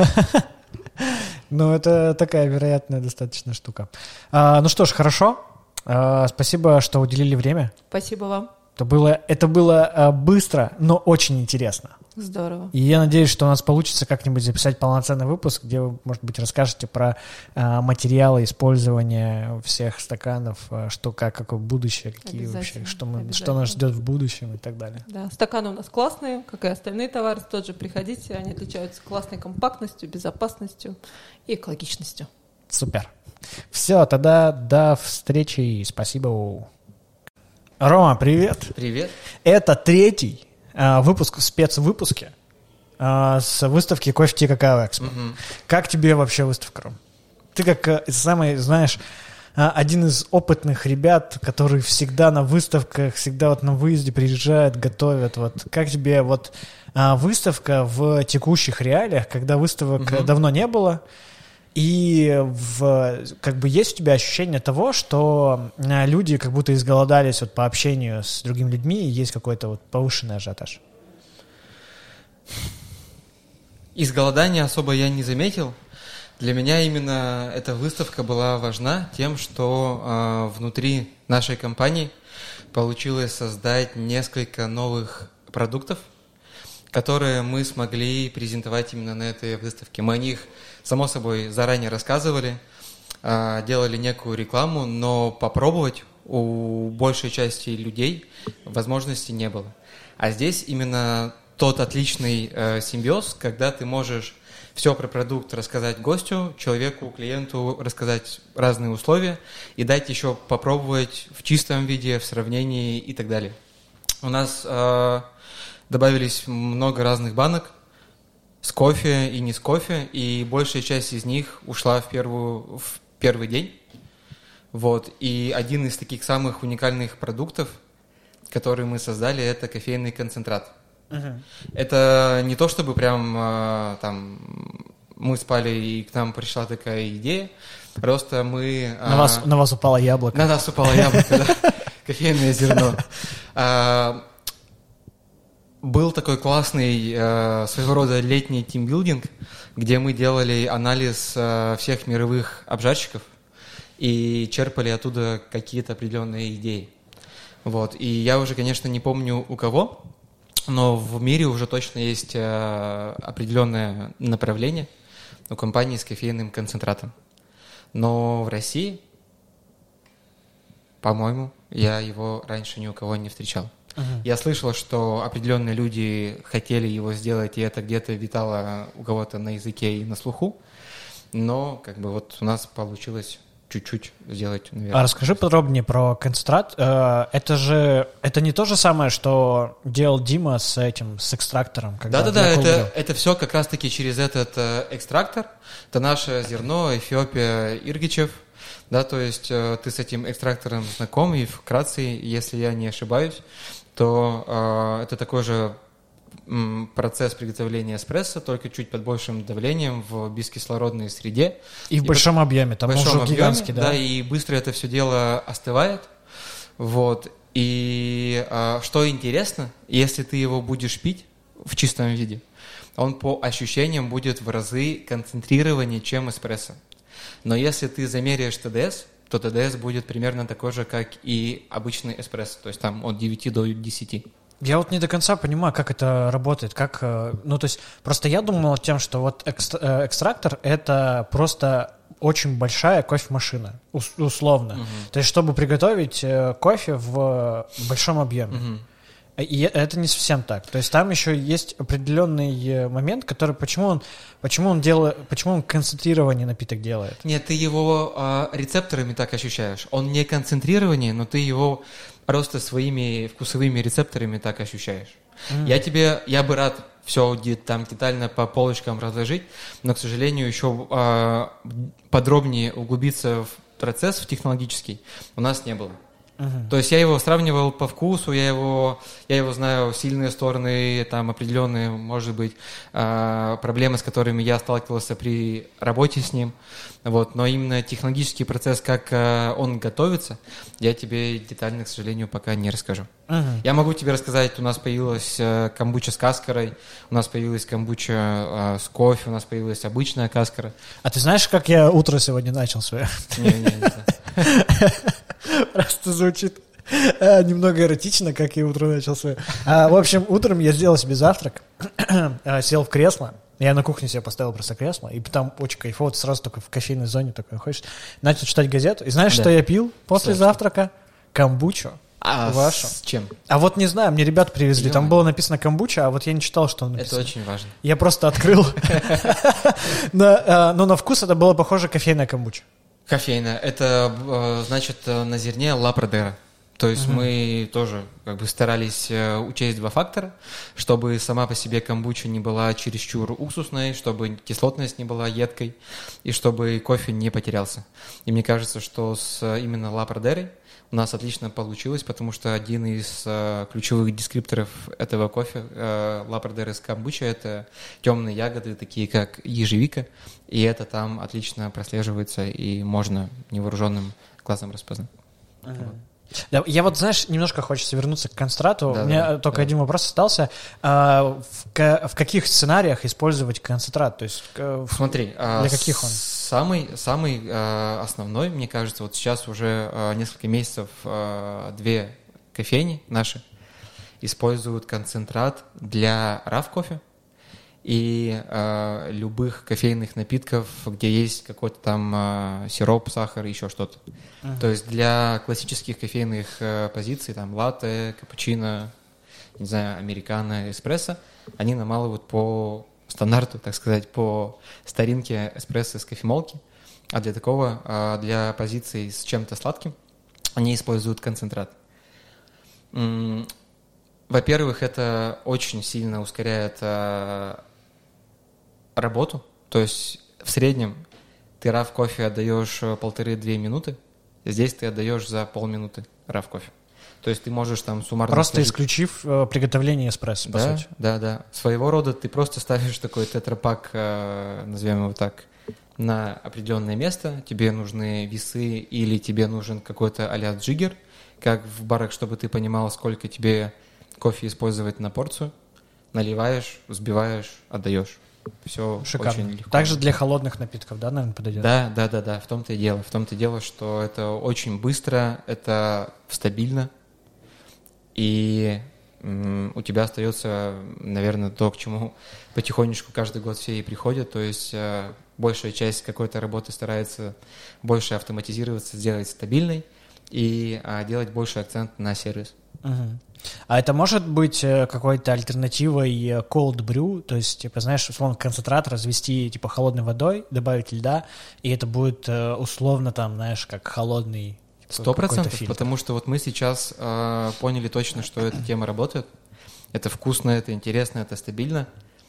[SPEAKER 3] Ну, это такая вероятная достаточно штука. Ну что ж, хорошо. Спасибо, что уделили время.
[SPEAKER 4] Спасибо вам.
[SPEAKER 3] Это было быстро, но очень интересно.
[SPEAKER 4] Здорово.
[SPEAKER 3] И я надеюсь, что у нас получится как-нибудь записать полноценный выпуск, где вы, может быть, расскажете про материалы использования всех стаканов, какое будущее, какие вообще, что нас ждет в будущем и так далее.
[SPEAKER 4] Да, стаканы у нас классные, как и остальные товары, тоже приходите, они отличаются классной компактностью, безопасностью и экологичностью.
[SPEAKER 3] Супер. Все, тогда до встречи и спасибо. Рома, привет.
[SPEAKER 5] Привет.
[SPEAKER 3] Это 3-й выпуск, спецвыпуски с выставки Coffee Tea Cacao Expo. Как тебе вообще выставка, Ром? Ты как самый, знаешь, один из опытных ребят, которые всегда на выставках, всегда вот на выезде приезжают, готовят. Вот как тебе вот выставка в текущих реалиях, когда выставок давно не было? И как бы есть у тебя ощущение того, что люди как будто изголодались вот по общению с другими людьми, и есть какой-то вот повышенный ажиотаж?
[SPEAKER 5] Изголодания особо я не заметил. Для меня именно эта выставка была важна тем, что внутри нашей компании получилось создать несколько новых продуктов, которые мы смогли презентовать именно на этой выставке. Мы о них, само собой, заранее рассказывали, делали некую рекламу, но попробовать у большей части людей возможности не было. А здесь именно тот отличный симбиоз, когда ты можешь все про продукт рассказать гостю, человеку, клиенту, рассказать разные условия и дать еще попробовать в чистом виде, в сравнении и так далее. У нас добавились много разных банок с кофе и не с кофе, и большая часть из них ушла в первый день. Вот. И один из таких самых уникальных продуктов, который мы создали, это кофейный концентрат. Это не то, чтобы прям там мы спали и к нам пришла такая идея, просто мы...
[SPEAKER 3] На вас упало яблоко.
[SPEAKER 5] На нас упало яблоко, да. Кофейное зерно. Был такой классный своего рода летний тимбилдинг, где мы делали анализ всех мировых обжарщиков и черпали оттуда какие-то определенные идеи. Вот. И я уже, конечно, не помню у кого, но в мире уже точно есть определенное направление у компании с кофейным концентратом. Но в России, по-моему, я его раньше ни у кого не встречал. Я слышал, что определенные люди хотели его сделать, и это где-то витало у кого-то на языке и на слуху, но как бы вот у нас получилось чуть-чуть сделать, наверное.
[SPEAKER 1] А расскажи подробнее про концентрат. Это не то же самое, что делал Дима с экстрактором?
[SPEAKER 5] Да-да-да, это все как раз-таки через этот экстрактор. Это наше зерно Эфиопия Иргичев. Да, то есть ты с этим экстрактором знаком, и вкратце, если я не ошибаюсь, то это такой же процесс приготовления эспрессо, только чуть под большим давлением в бескислородной среде.
[SPEAKER 1] И в большом объеме, там уже гигантский, да?
[SPEAKER 5] Да, и быстро это все дело остывает. Вот. И что интересно, если ты его будешь пить в чистом виде, он по ощущениям будет в разы концентрированнее, чем эспрессо. Но если ты замеряешь ТДС, то ТДС будет примерно такой же, как и обычный эспрессо, то есть там от 9 до 10.
[SPEAKER 1] Я вот не до конца понимаю, как это работает, то есть просто я думал тем, что вот экстрактор — это просто очень большая кофемашина, условно. То есть чтобы приготовить кофе в большом объеме. И это не совсем так. То есть там еще есть определенный момент, который почему он концентрированный напиток делает.
[SPEAKER 5] Нет, ты его рецепторами так ощущаешь. Он не концентрированный, но ты его просто своими вкусовыми рецепторами так ощущаешь. Я бы рад все там детально по полочкам разложить, но, к сожалению, еще подробнее углубиться в процесс в технологический у нас не было. То есть я его сравнивал по вкусу, я его знаю, сильные стороны, там определенные, может быть, проблемы, с которыми я сталкивался при работе с ним. Вот. Но именно технологический процесс, как он готовится, я тебе детально, к сожалению, пока не расскажу. Я могу тебе рассказать, у нас появилась камбуча с каскарой, у нас появилась камбуча с кофе, у нас появилась обычная каскара.
[SPEAKER 1] А ты знаешь, как я утро сегодня начал свое?
[SPEAKER 5] Не знаю.
[SPEAKER 1] Просто звучит немного эротично, как я утро начал свое. В общем, утром я сделал себе завтрак, сел в кресло. Я на кухне себе поставил просто кресло, и там очень кайфово, ты сразу только в кофейной зоне такой ходишь. Начал читать газету. И знаешь, что я пил после завтрака? Камбучу. Вашу.
[SPEAKER 5] С чем?
[SPEAKER 1] А вот не знаю, мне ребята привезли. Там было написано камбуча, а вот я не читал, что написано.
[SPEAKER 5] Это очень важно.
[SPEAKER 1] Я просто открыл. Но на вкус это было похоже кофейная камбуча.
[SPEAKER 5] Кофейная. Это значит на зерне ла Продера. То есть мы тоже как бы старались учесть два фактора, чтобы сама по себе камбуча не была чересчур уксусной, чтобы кислотность не была едкой, и чтобы кофе не потерялся. И мне кажется, что с именно ла Продерой у нас отлично получилось, потому что один из ключевых дескрипторов этого кофе ла Продера с камбуча — это темные ягоды, такие как ежевика, и это там отлично прослеживается, и можно невооруженным глазом распознать.
[SPEAKER 1] Да, я вот, знаешь, немножко хочется вернуться к концентрату. У меня только один вопрос остался. В каких сценариях использовать концентрат? То есть,
[SPEAKER 5] смотри,
[SPEAKER 1] для каких он?
[SPEAKER 5] Самый основной, мне кажется, вот сейчас уже несколько месяцев две кофейни наши используют концентрат для раф-кофе и любых кофейных напитков, где есть какой-то там сироп, сахар и еще что-то. То есть для классических кофейных позиций, там латте, капучино, не знаю, американо, эспрессо, они намалывают по стандарту, так сказать, по старинке эспрессо с кофемолки, а для такого, для позиций с чем-то сладким, они используют концентрат. Во-первых, это очень сильно ускоряет работу, то есть в среднем ты раф кофе отдаешь 1,5-2 минуты, здесь ты отдаешь за полминуты раф кофе. То есть ты можешь там суммарно...
[SPEAKER 1] Просто исключив приготовление эспрессо, по сути.
[SPEAKER 5] Да. Своего рода ты просто ставишь такой тетрапак, назовем его так, на определенное место, тебе нужны весы или тебе нужен какой-то а-ля джиггер, как в барах, чтобы ты понимал, сколько тебе кофе использовать на порцию, наливаешь, взбиваешь, отдаешь. Все
[SPEAKER 1] шикарно.
[SPEAKER 5] Очень легко.
[SPEAKER 1] Также для холодных напитков, да, наверное, подойдет?
[SPEAKER 5] Да, в том-то и дело. В том-то и дело, что это очень быстро, это стабильно, и у тебя остается, наверное, то, к чему потихонечку каждый год все и приходят, то есть большая часть какой-то работы старается больше автоматизироваться, сделать стабильной и делать больше акцент на сервис.
[SPEAKER 1] Мгм. А это может быть какой-то альтернативой cold brew, то есть, типа, знаешь, условно, концентрат развести, типа, холодной водой, добавить льда, и это будет условно, там, знаешь, как холодный, типа,
[SPEAKER 5] 100%,
[SPEAKER 1] какой-то фильтр.
[SPEAKER 5] потому что вот мы сейчас поняли точно, что эта тема работает. Это вкусно, это интересно, это стабильно.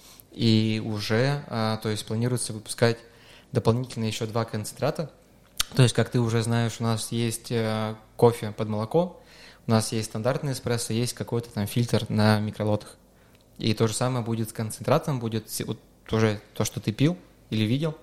[SPEAKER 5] И уже, то есть, планируется выпускать дополнительно еще 2 концентрата. То есть, как ты уже знаешь, у нас есть кофе под молоко, у нас есть стандартный эспрессо, есть какой-то там фильтр на микролотах. И то же самое будет с концентратом, будет вот уже то, что ты пил или видел.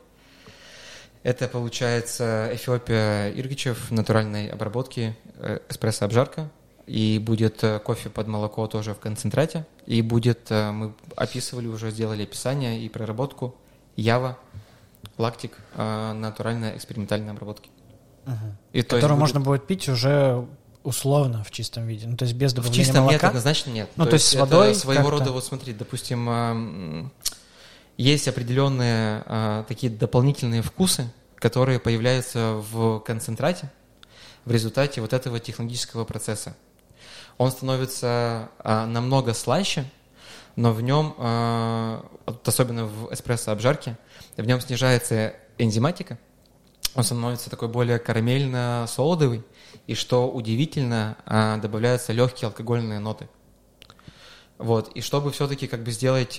[SPEAKER 5] Это получается Эфиопия Иргичев натуральной обработки, эспрессо-обжарка. И будет кофе под молоко тоже в концентрате. И будет, мы описывали уже, сделали описание и проработку Ява, лактик натуральной экспериментальной обработки. И то есть
[SPEAKER 1] Которую можно будет пить уже условно в чистом виде, ну, то есть без
[SPEAKER 5] в
[SPEAKER 1] добавления
[SPEAKER 5] чистом
[SPEAKER 1] молока.
[SPEAKER 5] нет, однозначно нет.
[SPEAKER 1] Ну, то есть с водой
[SPEAKER 5] это своего
[SPEAKER 1] как-то?
[SPEAKER 5] рода, вот смотри, допустим, есть определенные такие дополнительные вкусы, которые появляются в концентрате в результате вот этого технологического процесса. Он становится намного слаще, но в нем, особенно в эспрессо-обжарке, в нем снижается энзиматика, он становится такой более карамельно-солодовый, и, что удивительно, добавляются легкие алкогольные ноты. Вот. И чтобы все-таки как бы сделать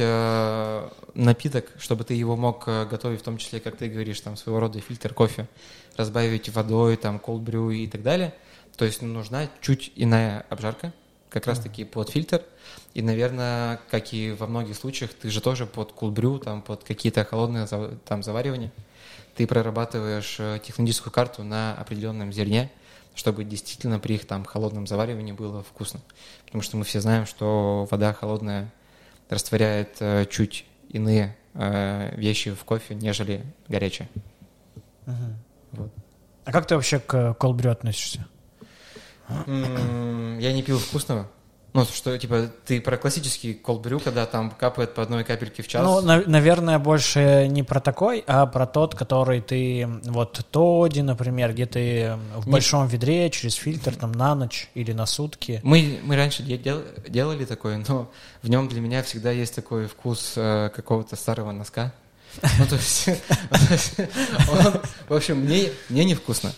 [SPEAKER 5] напиток, чтобы ты его мог готовить, в том числе, как ты говоришь, там своего рода фильтр кофе, разбавить водой, там, cold brew и так далее, то есть нужна чуть иная обжарка, как раз-таки под фильтр. И, наверное, как и во многих случаях, ты же тоже под cold brew, там, под какие-то холодные там, заваривания, ты прорабатываешь технологическую карту на определенном зерне, чтобы действительно при их там холодном заваривании было вкусно. Потому что мы все знаем, что вода холодная растворяет чуть иные вещи в кофе, нежели горячая. Вот.
[SPEAKER 1] А как ты вообще к cold brew относишься?
[SPEAKER 5] Я не пил вкусного. Ну, что, типа, ты про классический cold brew, когда там капает по одной капельке в час?
[SPEAKER 1] Ну, наверное, больше не про такой, а про тот, который ты, вот Тоди, например, где ты в большом ведре через фильтр там на ночь или на сутки.
[SPEAKER 5] Мы раньше делали такое, но в нем для меня всегда есть такой вкус какого-то старого носка. Ну, то есть, в общем, мне невкусно.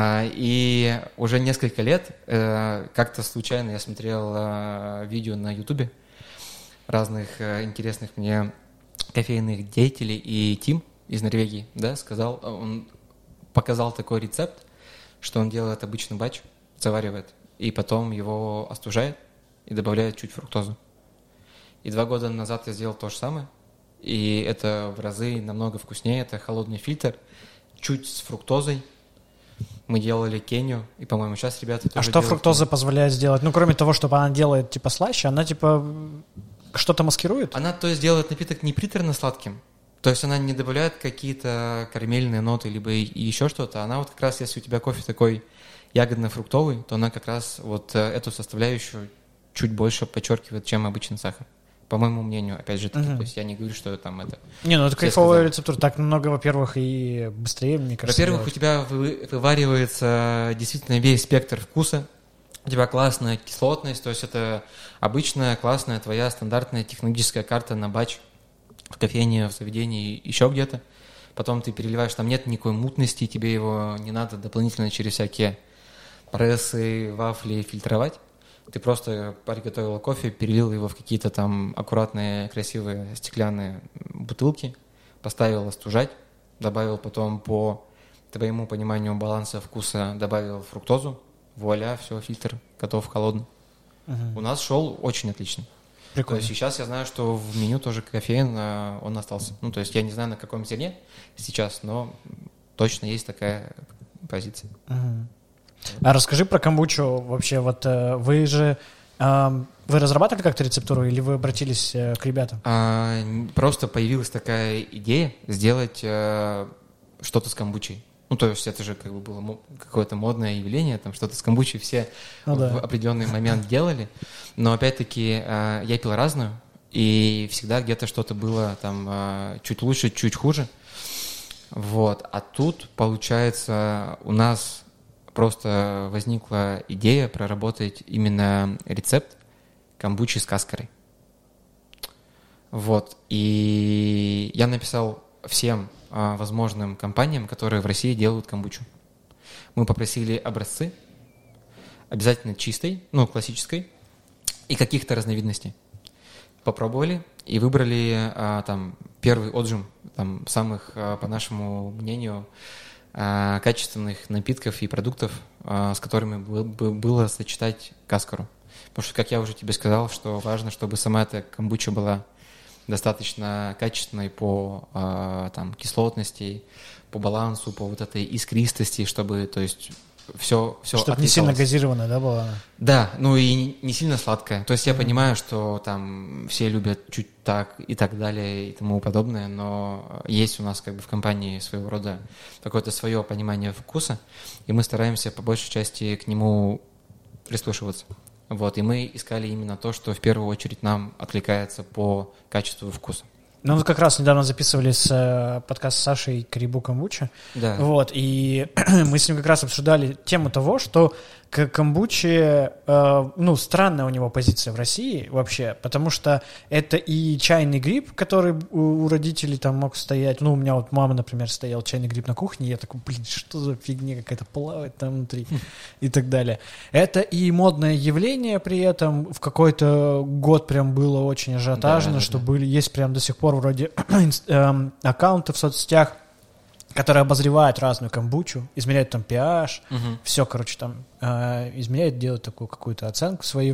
[SPEAKER 5] И уже несколько лет как-то случайно я смотрел видео на Ютубе разных интересных мне кофейных деятелей, и Тим из Норвегии, да, он показал такой рецепт, что он делает обычный батч, заваривает, и потом его остужает и добавляет чуть фруктозу. И 2 года назад я сделал то же самое, и это в разы намного вкуснее, это холодный фильтр, чуть с фруктозой. Мы делали Кению, и, по-моему, сейчас ребята тоже
[SPEAKER 1] А что
[SPEAKER 5] делают.
[SPEAKER 1] фруктоза позволяет сделать? Ну, кроме того, чтобы она делает, типа, слаще, она, типа, что-то маскирует?
[SPEAKER 5] Она, то есть, делает напиток не приторно-сладким, то есть она не добавляет какие-то карамельные ноты, либо еще что-то. Она вот как раз, если у тебя кофе такой ягодно-фруктовый, то она как раз вот эту составляющую чуть больше подчеркивает, чем обычный сахар. По моему мнению, опять же таки, то есть я не говорю, что там это...
[SPEAKER 1] Не, ну это
[SPEAKER 5] все
[SPEAKER 1] кайфовая
[SPEAKER 5] сказали.
[SPEAKER 1] рецептура. Так много, во-первых, и быстрее, мне кажется.
[SPEAKER 5] Во-первых, у тебя вываривается действительно весь спектр вкуса, у тебя классная кислотность, то есть это обычная, классная твоя стандартная технологическая карта на батч в кофейне, в заведении, еще где-то. Потом ты переливаешь, там нет никакой мутности, тебе его не надо дополнительно через всякие прессы, вафли фильтровать. Ты просто приготовил кофе, перелил его в какие-то там аккуратные, красивые стеклянные бутылки, поставил остужать, добавил потом по твоему пониманию баланса вкуса, добавил фруктозу, вуаля, все, фильтр готов, холодный. У нас шел очень отлично.
[SPEAKER 1] Прикольно.
[SPEAKER 5] То есть сейчас я знаю, что в меню тоже кофеин, он остался. Ну, то есть я не знаю, на каком зерне сейчас, но точно есть такая позиция.
[SPEAKER 1] А расскажи про камбучу вообще. Вот вы же... Вы разрабатывали как-то рецептуру или вы обратились к ребятам?
[SPEAKER 5] Просто появилась такая идея сделать что-то с камбучей. Ну, то есть это же как бы было какое-то модное явление, там что-то с камбучей все в определенный момент делали. Но опять-таки я пил разную, и всегда где-то что-то было там чуть лучше, чуть хуже. Вот. А тут, получается, у нас просто возникла идея проработать именно рецепт камбучи с каскарой. Вот. И я написал всем возможным компаниям, которые в России делают камбучу. Мы попросили образцы, обязательно чистой, классической, и каких-то разновидностей. Попробовали и выбрали там первый отжим там, самых, по нашему мнению, качественных напитков и продуктов, с которыми было сочетать каскару. Потому что, как я уже тебе сказал, что важно, чтобы сама эта камбуча была достаточно качественной по там, кислотности, по балансу, по вот этой искристости, чтобы, то есть, все
[SPEAKER 1] чтобы не сильно газированная, да, была?
[SPEAKER 5] Да, и не сильно сладкая. То есть я понимаю, что там все любят чуть так и так далее и тому подобное, но есть у нас как бы в компании своего рода какое-то свое понимание вкуса, и мы стараемся по большей части к нему прислушиваться. Вот, и мы искали именно то, что в первую очередь нам откликается по качеству вкуса.
[SPEAKER 1] Мы как раз недавно записывали подкаст с Сашей Карибу Камбуча.
[SPEAKER 5] Да.
[SPEAKER 1] Вот, и мы с ним как раз обсуждали тему того, что к камбуче, странная у него позиция в России вообще, потому что это и чайный гриб, который у родителей там мог стоять. У меня вот мама, например, стоял чайный гриб на кухне, и я такой, что за фигня какая-то плавает там внутри и так далее. Это и модное явление при этом. В какой-то год прям было очень ажиотажно, что есть прям до сих пор вроде аккаунты в соцсетях, которые обозревают разную камбучу, измеряют там pH, все, там измеряют, делают такую какую-то оценку свою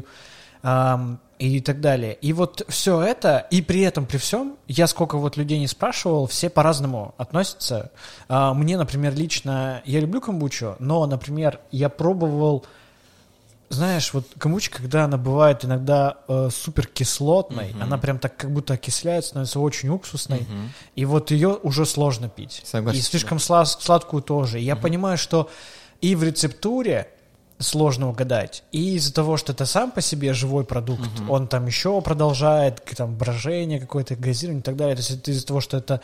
[SPEAKER 1] и так далее. И вот все это, и при этом, при всем, я сколько вот людей не спрашивал, все по-разному относятся. Мне, например, лично, я люблю камбучу, но, например, я пробовал, знаешь, вот камбуча, когда она бывает иногда супер кислотной, она прям так как будто окисляется, становится очень уксусной, и вот ее уже сложно пить.
[SPEAKER 5] Согласен.
[SPEAKER 1] И слишком сладкую тоже. И я понимаю, что и в рецептуре сложно угадать, и из-за того, что это сам по себе живой продукт, он там еще продолжает там брожение какое-то, газирование и так далее. То есть это из-за того, что это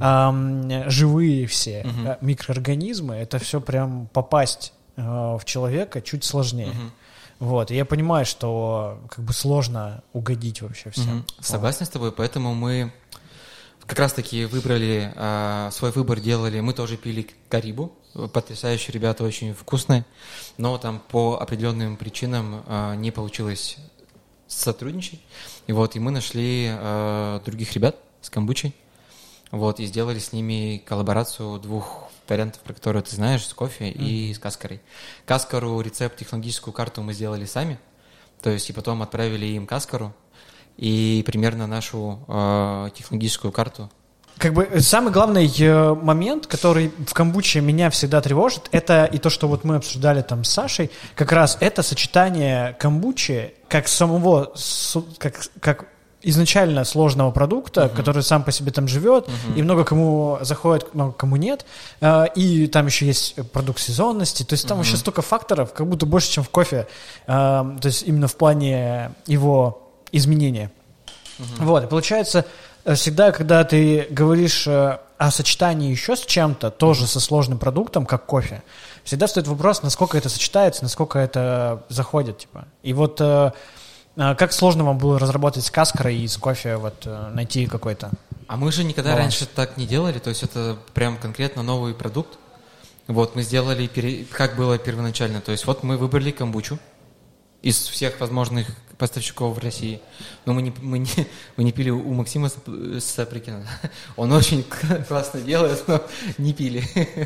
[SPEAKER 1] живые все микроорганизмы, это все прям попасть в человека чуть сложнее. Вот, и я понимаю, что как бы сложно угодить вообще всем.
[SPEAKER 5] Согласен с тобой, поэтому мы как раз-таки выбрали, свой выбор делали, мы тоже пили Карибу, потрясающие ребята, очень вкусные, но там по определенным причинам не получилось сотрудничать, и мы нашли других ребят с камбучей, и сделали с ними коллаборацию двух вариантов, про которые ты знаешь, с кофе и с каскарой. Каскару, рецепт, технологическую карту мы сделали сами, то есть и потом отправили им каскару и примерно нашу технологическую карту.
[SPEAKER 1] Как бы самый главный момент, который в камбуче меня всегда тревожит, это и то, что вот мы обсуждали там с Сашей, как раз это сочетание камбучи как самого, как изначально сложного продукта, который сам по себе там живет, и много кому заходит, много кому нет, и там еще есть продукт сезонности, то есть там вообще столько факторов, как будто больше, чем в кофе, то есть именно в плане его изменения. Вот, и получается, всегда, когда ты говоришь о сочетании еще с чем-то, тоже со сложным продуктом, как кофе, всегда стоит вопрос, насколько это сочетается, насколько это заходит, типа. И вот как сложно вам было разработать с каскарой и с кофе, найти какой-то?
[SPEAKER 5] А мы же никогда раньше так не делали, то есть это прям конкретно новый продукт. Мы сделали, как было первоначально, то есть мы выбрали камбучу из всех возможных поставщиков в России. Но мы не пили у Максима Сапрыкина. Он очень классно делает, но не пили.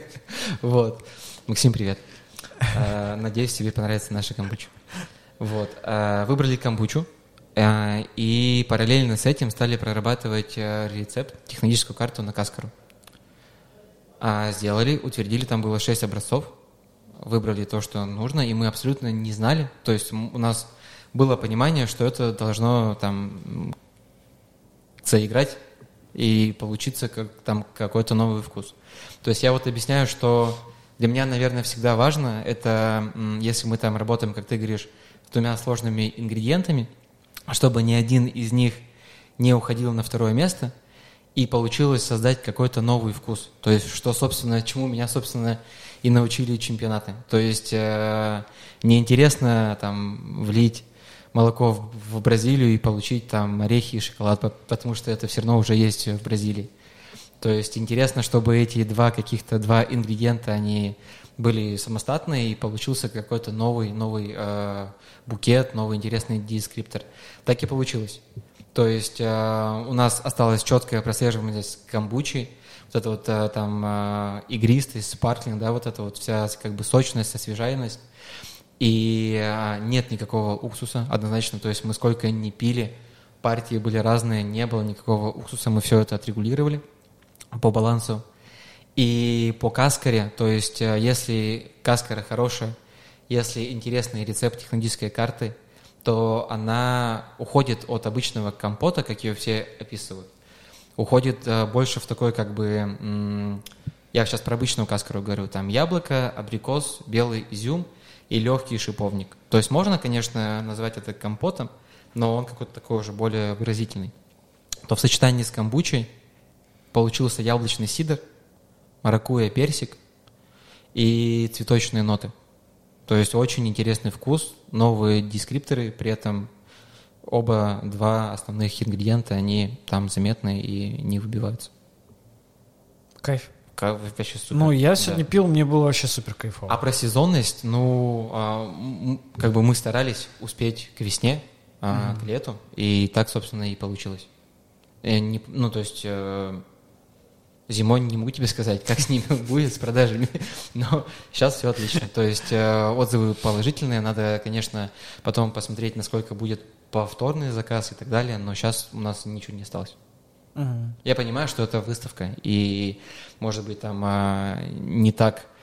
[SPEAKER 5] Максим, привет. Надеюсь, тебе понравится наша камбуча. Выбрали камбучу и параллельно с этим стали прорабатывать рецепт, технологическую карту на каскару. Сделали, утвердили, там было 6 образцов, выбрали то, что нужно, и мы абсолютно не знали, то есть у нас было понимание, что это должно там заиграть и получиться какой-то новый вкус. То есть я объясняю, что для меня, наверное, всегда важно, это если мы там работаем, как ты говоришь, с двумя сложными ингредиентами, чтобы ни один из них не уходил на второе место, и получилось создать какой-то новый вкус. То есть, что, собственно, чему меня, собственно, и научили чемпионаты. То есть, неинтересно там влить молоко в Бразилию и получить там орехи и шоколад, потому что это все равно уже есть в Бразилии. То есть, интересно, чтобы эти два ингредиента, они были самостоятельные, и получился какой-то новый букет, новый интересный дескриптор. Так и получилось. То есть у нас осталось четкое прослеживаемость камбучи, вот это вот там игристость, спарклинг, да, вот это вот вся как бы сочность, освежаемость. И нет никакого уксуса однозначно, то есть мы сколько ни пили, партии были разные, не было никакого уксуса, мы все это отрегулировали по балансу. И по каскаре, то есть если каскара хорошая, если интересный рецепт технологической карты, то она уходит от обычного компота, как ее все описывают, уходит больше в такой как бы, я сейчас про обычную каскару говорю, там яблоко, абрикос, белый изюм и легкий шиповник. То есть можно, конечно, назвать это компотом, но он какой-то такой уже более выразительный. То в сочетании с камбучей получился яблочный сидр, маракуйя, персик и цветочные ноты. То есть очень интересный вкус, новые дескрипторы, при этом два основных ингредиента, они там заметны и не выбиваются.
[SPEAKER 1] Кайф.
[SPEAKER 5] Вообще супер.
[SPEAKER 1] Ну, я сегодня пил, мне было вообще супер кайфово.
[SPEAKER 5] А про сезонность, как бы мы старались успеть к весне, к лету, и так, собственно, и получилось. То есть... Зимой не могу тебе сказать, как с ними будет, с продажами, но сейчас все отлично. То есть отзывы положительные, надо, конечно, потом посмотреть, насколько будет повторный заказ и так далее, но сейчас у нас ничего не осталось. Я понимаю, что это выставка, и, может быть, там не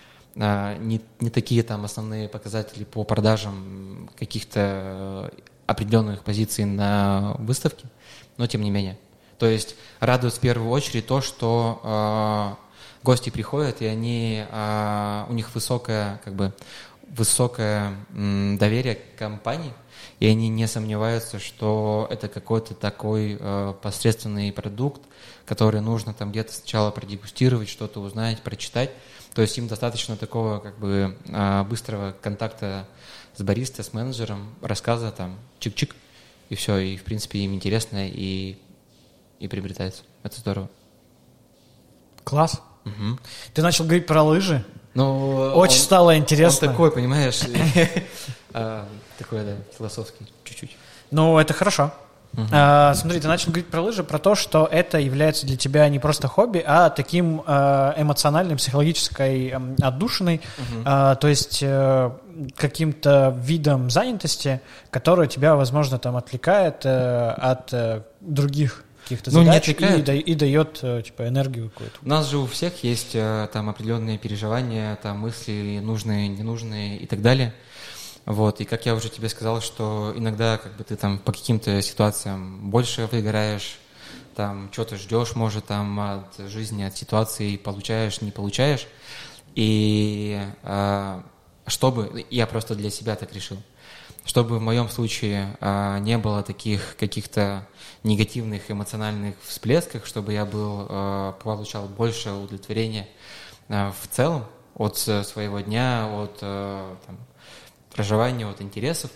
[SPEAKER 5] такие там основные показатели по продажам каких-то определенных позиций на выставке, но тем не менее. То есть радует в первую очередь то, что гости приходят, и у них высокое доверие к компании, и они не сомневаются, что это какой-то такой посредственный продукт, который нужно там где-то сначала продегустировать, что-то узнать, прочитать. То есть им достаточно такого как бы быстрого контакта с бариста, с менеджером, рассказа там чик-чик, и все, и в принципе им интересно и приобретается. Это здорово.
[SPEAKER 1] Класс.
[SPEAKER 5] Угу.
[SPEAKER 1] Ты начал говорить про лыжи.
[SPEAKER 5] Ну,
[SPEAKER 1] очень стало интересно.
[SPEAKER 5] Он такой, понимаешь, такой, да, философский чуть-чуть.
[SPEAKER 1] Ну, это хорошо. Смотри, ты начал говорить про лыжи, про то, что это является для тебя не просто хобби, а таким эмоциональным, психологической отдушиной, то есть каким-то видом занятости, который тебя, возможно, там отвлекает от других каких-то задач и дает типа энергию какую-то.
[SPEAKER 5] У нас же у всех есть там определенные переживания, там мысли нужные, ненужные и так далее. Вот, и как я уже тебе сказал, что иногда как бы ты там по каким-то ситуациям больше выгораешь, там что-то ждешь, может, там от жизни, от ситуации, получаешь, не получаешь. И чтобы, я просто для себя так решил, чтобы в моем случае не было таких каких-то негативных эмоциональных всплесков, чтобы я получал больше удовлетворения в целом от своего дня, от проживания, от интересов,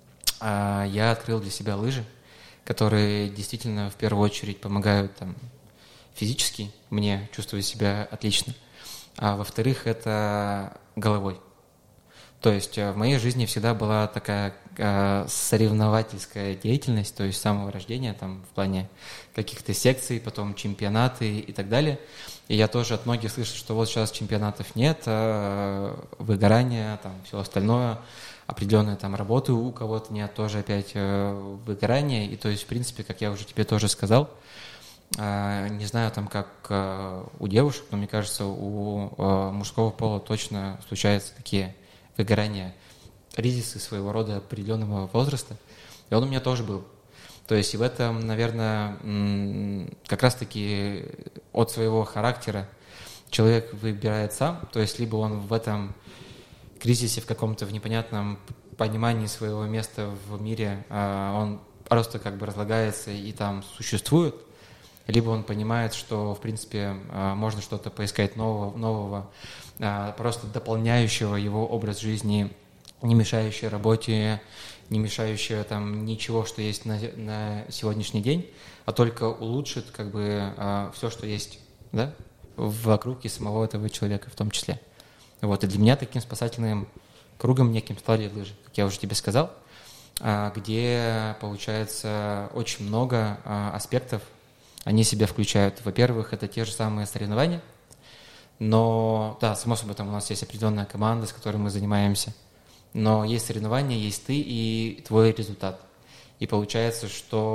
[SPEAKER 5] я открыл для себя лыжи, которые действительно в первую очередь помогают там, физически мне чувствовать себя отлично, а во-вторых, это головой. То есть в моей жизни всегда была такая соревновательская деятельность, то есть с самого рождения, там, в плане каких-то секций, потом чемпионаты и так далее. И я тоже от многих слышу, что вот сейчас чемпионатов нет, выгорание, там, все остальное, определенные там работы у кого-то нет, тоже опять выгорание. И то есть, в принципе, как я уже тебе тоже сказал, не знаю, там, как у девушек, но мне кажется, у мужского пола точно случаются такие выгорания, кризисы своего рода определенного возраста. И он у меня тоже был. То есть и в этом, наверное, как раз-таки от своего характера человек выбирает сам. То есть либо он в этом кризисе, в каком-то в непонятном понимании своего места в мире, он просто как бы разлагается и там существует, либо он понимает, что, в принципе, можно что-то поискать нового, просто дополняющего его образ жизни, не мешающего работе, не мешающего там ничего, что есть на сегодняшний день, а только улучшит как бы все, что есть, да, вокруг и самого этого человека в том числе. Вот, и для меня таким спасательным кругом неким стали лыжи, как я уже тебе сказал, где, получается, очень много аспектов они себя включают. Во-первых, это те же самые соревнования, но, да, само собой, там у нас есть определенная команда, с которой мы занимаемся, но есть соревнования, есть ты и твой результат. И получается,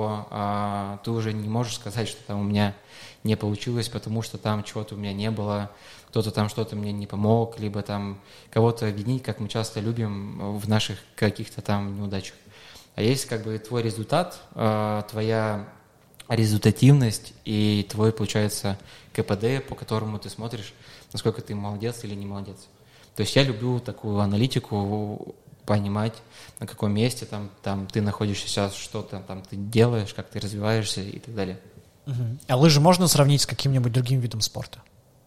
[SPEAKER 5] что ты уже не можешь сказать, что там у меня не получилось, потому что там чего-то у меня не было, кто-то там что-то мне не помог, либо там кого-то обвинить, как мы часто любим в наших каких-то там неудачах. А есть как бы твой результат, твоя результативность и твой, получается, КПД, по которому ты смотришь, насколько ты молодец или не молодец. То есть я люблю такую аналитику, понимать, на каком месте там ты находишься сейчас, что там ты делаешь, как ты развиваешься и так далее.
[SPEAKER 1] А лыжи можно сравнить с каким-нибудь другим видом спорта?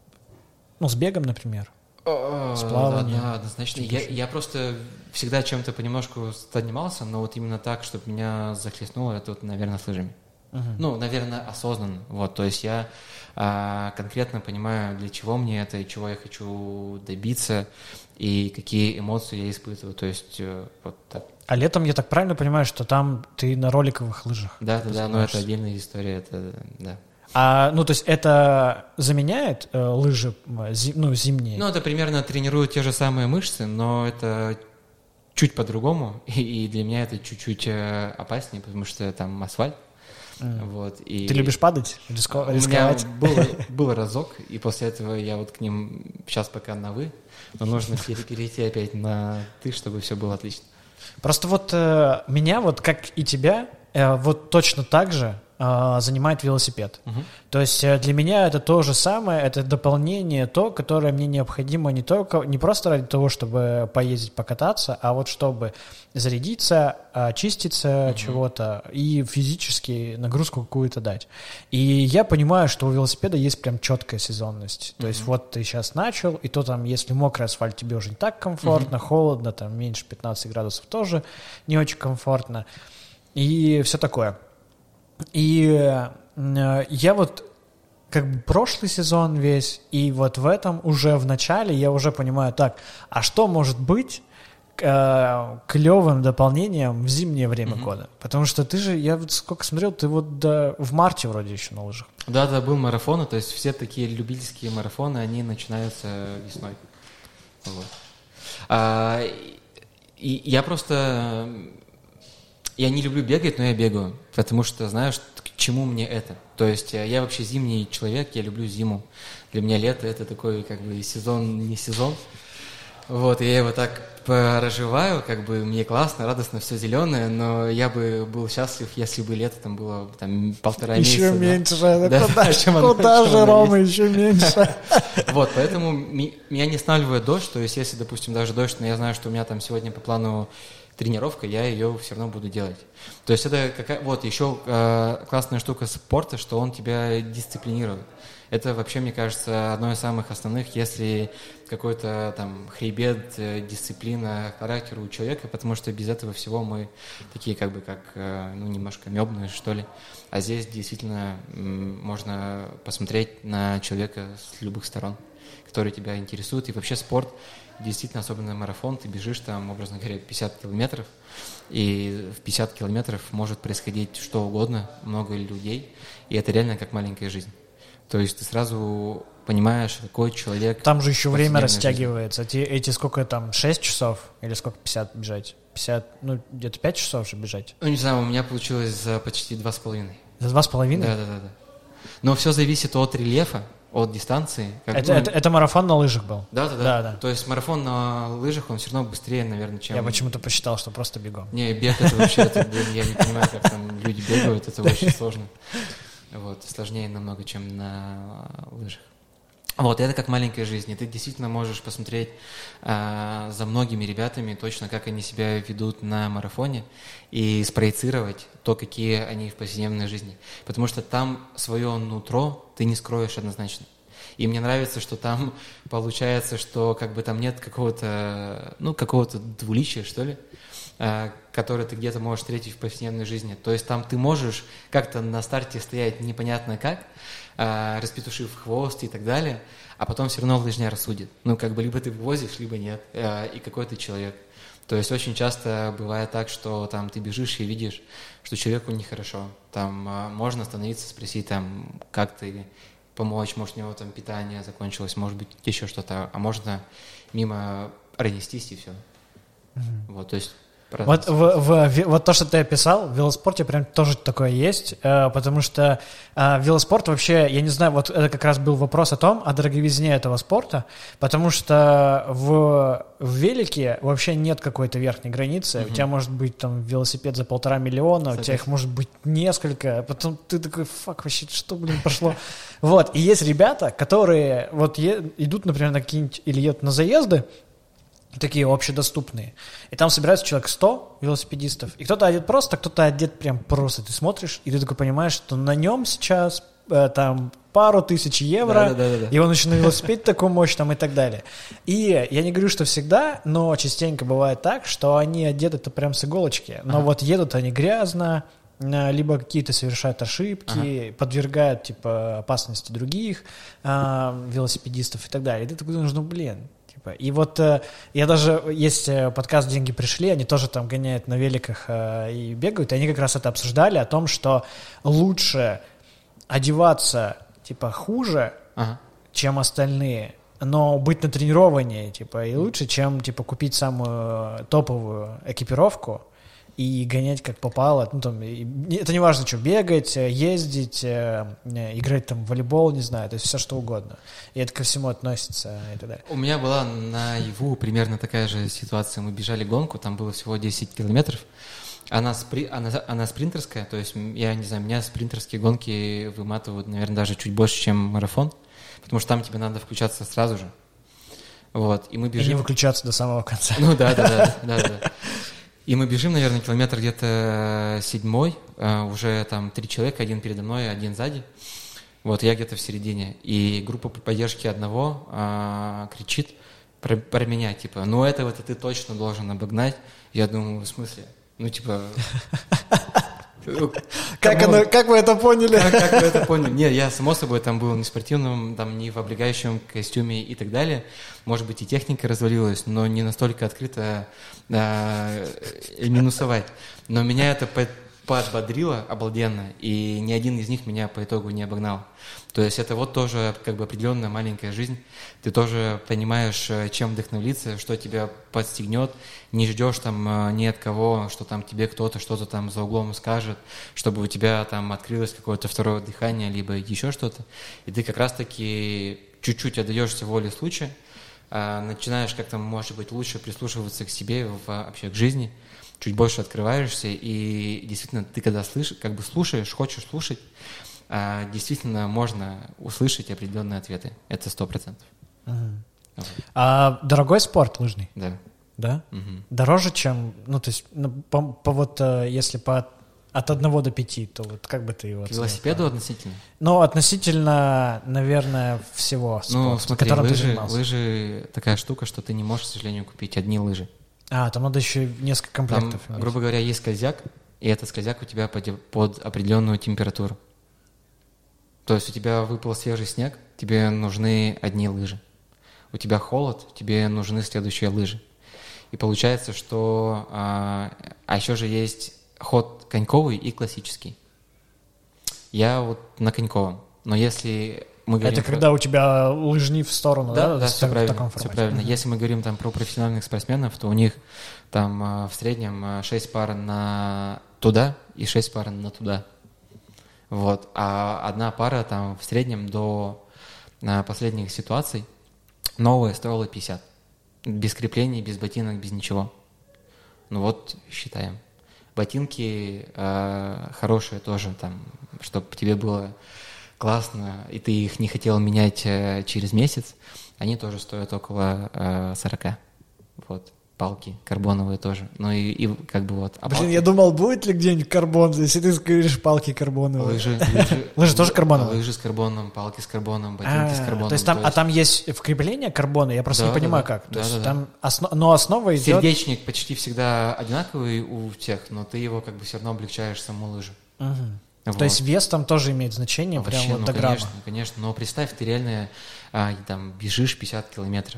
[SPEAKER 1] Ну, с бегом, например. С плаванием.
[SPEAKER 5] Да, однозначно. Я просто всегда чем-то понемножку занимался, но вот именно так, чтобы меня захлестнуло, это вот, наверное, с лыжами. Ну, наверное, осознанно. Вот, то есть я конкретно понимаю, для чего мне это, и чего я хочу добиться, и какие эмоции я испытываю. То есть вот так.
[SPEAKER 1] А летом, я так правильно понимаю, что там ты на роликовых лыжах?
[SPEAKER 5] Да, но это отдельная история, это да.
[SPEAKER 1] Ну, то есть это заменяет лыжи зимние?
[SPEAKER 5] Ну, это примерно тренирует те же самые мышцы, но это чуть по-другому, и для меня это чуть-чуть опаснее, потому что там асфальт. Вот, и
[SPEAKER 1] ты любишь падать, рисковать?
[SPEAKER 5] У меня был разок, и после этого я вот к ним сейчас пока на «вы», но нужно перейти опять на «ты», чтобы все было отлично.
[SPEAKER 1] Просто вот меня, вот как и тебя, вот точно так же занимает велосипед. То есть для меня это то же самое, это дополнение, то, которое мне необходимо не просто ради того, чтобы поездить, покататься, а вот чтобы зарядиться, очиститься чего-то и физически нагрузку какую-то дать. И я понимаю, что у велосипеда есть прям четкая сезонность. То есть вот ты сейчас начал, и то там, если мокрый асфальт, тебе уже не так комфортно, холодно, там меньше 15 градусов тоже не очень комфортно. И все такое. И я вот как бы прошлый сезон весь, и вот в этом уже в начале я уже понимаю, так, а что может быть клевым дополнением в зимнее время года? Потому что ты же, я вот сколько смотрел, ты вот в марте вроде еще на лыжах.
[SPEAKER 5] Да, был марафон, то есть все такие любительские марафоны, они начинаются весной. Вот. И я просто... Я не люблю бегать, но я бегаю, потому что знаю, к чему мне это. То есть я вообще зимний человек, я люблю зиму. Для меня лето – это такой как бы сезон, не сезон. Вот, я его так проживаю, как бы мне классно, радостно, все зеленое, но я бы был счастлив, если бы лето там было там, 1,5 месяца.
[SPEAKER 1] Еще меньше, да?
[SPEAKER 5] Куда
[SPEAKER 1] же, Рома, еще меньше?
[SPEAKER 5] Вот, поэтому меня не останавливает дождь, то есть если, допустим, даже дождь, но я знаю, что у меня там сегодня по плану тренировка, я ее все равно буду делать. То есть это вот еще классная штука спорта, что он тебя дисциплинирует. Это вообще, мне кажется, одно из самых основных, если какой-то там хребет, дисциплина характера у человека, потому что без этого всего мы такие как бы немножко мёбные, что ли. А здесь действительно можно посмотреть на человека с любых сторон, который тебя интересует. И вообще спорт, действительно, особенно марафон, ты бежишь там, образно говоря, 50 километров, и в 50 километров может происходить что угодно, много людей, и это реально как маленькая жизнь. То есть ты сразу понимаешь, какой человек...
[SPEAKER 1] Там же еще время растягивается. Эти сколько там, 6 часов? Или сколько, 50 бежать? 50, где-то 5 часов же бежать?
[SPEAKER 5] Не знаю, у меня получилось за почти 2,5.
[SPEAKER 1] За 2,5?
[SPEAKER 5] Да. Но все зависит от рельефа, от дистанции.
[SPEAKER 1] Это марафон на лыжах был?
[SPEAKER 5] Да. То есть марафон на лыжах, он все равно быстрее, наверное, чем...
[SPEAKER 1] Я почему-то посчитал, что просто бегом.
[SPEAKER 5] Не, бег это вообще, я не понимаю, как там люди бегают, это очень сложно. Вот, сложнее намного, чем на лыжах. Вот, это как маленькая жизнь, и ты действительно можешь посмотреть за многими ребятами точно, как они себя ведут на марафоне, и спроецировать то, какие они в повседневной жизни. Потому что там свое нутро ты не скроешь однозначно. И мне нравится, что там получается, что как бы там нет какого-то двуличия, что ли, которое ты где-то можешь встретить в повседневной жизни. То есть там ты можешь как-то на старте стоять непонятно как, распетушив хвост и так далее, а потом все равно лыжня рассудит. Ну, как бы либо ты вывозишь, либо нет, и какой ты человек. То есть очень часто бывает так, что там ты бежишь и видишь, что человеку нехорошо. Там можно остановиться, спросить, там, как ты, помочь, может, у него там питание закончилось, может быть, еще что-то, а можно мимо пронестись и все. Вот, то есть...
[SPEAKER 1] Вот, вот то, что ты описал, в велоспорте прям тоже такое есть, потому что велоспорт вообще, я не знаю, вот это как раз был вопрос о дороговизне этого спорта, потому что в велике вообще нет какой-то верхней границы, у тебя может быть там велосипед за 1,5 миллиона, у тебя их может быть несколько, потом ты такой, вообще, что, пошло? Вот, и есть ребята, которые вот идут, например, на какие-нибудь, или едут на заезды, такие общедоступные. И там собирается человек 100 велосипедистов. И кто-то одет просто, кто-то одет прям просто. Ты смотришь, и ты такой понимаешь, что на нем сейчас там пару тысяч евро, и он еще на велосипеде такой мощный и так далее. И я не говорю, что всегда, но частенько бывает так, что они одеты-то прям с иголочки. Но вот едут они грязно, либо какие-то совершают ошибки, подвергают типа опасности других велосипедистов и так далее. И ты такой думаешь, И вот я даже, есть подкаст «Деньги пришли», они тоже там гоняют на великах и бегают, и они как раз это обсуждали, о том, что лучше одеваться, хуже, чем остальные, но быть натренированнее, и лучше, чем, купить самую топовую экипировку и гонять как попало. Это не важно, что бегать, ездить, играть там в волейбол, не знаю, то есть все что угодно. И это ко всему относится и так далее.
[SPEAKER 5] У меня была на Иву примерно такая же ситуация. Мы бежали гонку, там было всего 10 километров. Она спринтерская, то есть, я не знаю, меня спринтерские гонки выматывают, наверное, даже чуть больше, чем марафон, потому что там тебе надо включаться сразу же. Вот, и мы бежим...
[SPEAKER 1] И не выключаться до самого конца.
[SPEAKER 5] Ну да. И мы бежим, наверное, километр где-то 7-й, уже там 3 человека, один передо мной, один сзади. Вот, я где-то в середине. И группа поддержки одного кричит про меня, этого ты точно должен обогнать. Я думаю, в смысле?
[SPEAKER 1] Как вы это поняли?
[SPEAKER 5] Как вы это поняли? Не, я, само собой, там был не в спортивном, там не в облегающем костюме и так далее. Может быть, и техника развалилась, но не настолько открыто минусовать. Но меня это подбодрило обалденно, и ни один из них меня по итогу не обогнал. То есть это вот тоже определенная маленькая жизнь. Ты тоже понимаешь, чем вдохновиться, что тебя подстегнет. Не ждешь там ни от кого, что там тебе кто-то что-то там за углом скажет, чтобы у тебя там открылось какое-то второе дыхание, либо еще что-то. И ты как раз-таки чуть-чуть отдаешься воле случая, начинаешь как-то, может быть, лучше прислушиваться к себе, вообще к жизни, чуть больше открываешься, и действительно ты когда слушаешь, хочешь слушать, действительно можно услышать определенные ответы. Это 100%. Вот.
[SPEAKER 1] А дорогой спорт лыжный?
[SPEAKER 5] Да.
[SPEAKER 1] Да?
[SPEAKER 5] Угу.
[SPEAKER 1] Дороже, чем, если от 1 до 5, то вот как бы ты его...
[SPEAKER 5] К велосипеду относительно?
[SPEAKER 1] Ну, относительно, наверное, всего спорта, которым ты занимался.
[SPEAKER 5] Лыжи такая штука, что ты не можешь, к сожалению, купить одни лыжи.
[SPEAKER 1] Там надо еще несколько комплектов.
[SPEAKER 5] Там, грубо говоря, есть скользяк, и этот скользяк у тебя под определенную температуру. То есть у тебя выпал свежий снег, тебе нужны одни лыжи. У тебя холод, тебе нужны следующие лыжи. И получается, что... А еще же есть ход коньковый и классический. Я вот на коньковом. Но если мы говорим...
[SPEAKER 1] Это когда у тебя лыжни в сторону, да?
[SPEAKER 5] Да, все правильно.
[SPEAKER 1] Все
[SPEAKER 5] правильно. Если мы говорим там про профессиональных спортсменов, то у них там в среднем 6 пар на туда и 6 пар на туда. Вот. А одна пара там в среднем до последних ситуаций новая стоила 50. Без креплений, без ботинок, без ничего. Ну вот, считаем. Ботинки хорошие тоже, там, чтобы тебе было классно, и ты их не хотел менять через месяц, они тоже стоят около 40. Вот. Палки карбоновые тоже. Ну и как бы вот.
[SPEAKER 1] Блин, я думал, будет ли где-нибудь карбон, если ты говоришь палки карбоновые. Лыжи тоже карбоновые?
[SPEAKER 5] Лыжи с карбоном, палки с карбоном, ботинки с карбоном.
[SPEAKER 1] То есть там есть вкрепление карбона? Я просто не понимаю, как. То есть там но основа идет...
[SPEAKER 5] Сердечник почти всегда одинаковый у всех, но ты его как бы все равно облегчаешь саму лыжу.
[SPEAKER 1] Вот. То есть вес там тоже имеет значение,
[SPEAKER 5] вообще,
[SPEAKER 1] прям вот до грамма?
[SPEAKER 5] Конечно. Но представь, ты реально там бежишь 50 километров.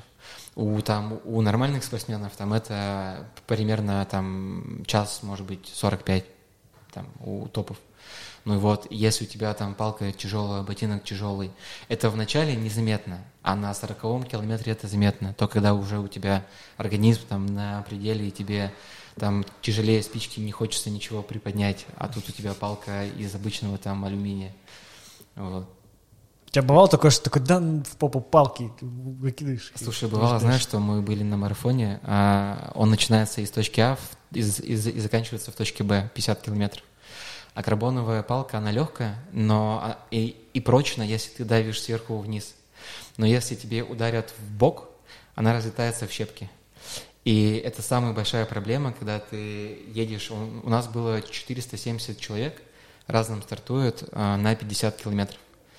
[SPEAKER 5] У нормальных спортсменов там это примерно там час, может быть, 45 там, у топов. Ну и вот, если у тебя там палка тяжелая, ботинок тяжелый, это вначале незаметно, а на 40-м километре это заметно. То, когда уже у тебя организм там на пределе, и тебе там тяжелее спички, не хочется ничего приподнять, а тут у тебя палка из обычного там алюминия. Вот.
[SPEAKER 1] У тебя бывало такое, что такой, да, в попу палки выкидываешь?
[SPEAKER 5] Слушай, бывало, знаешь, что мы были на марафоне, он начинается из точки А и заканчивается в точке Б, 50 километров. А карбоновая палка, она легкая, но и прочная, если ты давишь сверху вниз. Но если тебе ударят в бок, она разлетается в щепки. И это самая большая проблема, когда ты едешь. У нас было 470 человек, разным стартуют на 50 километров.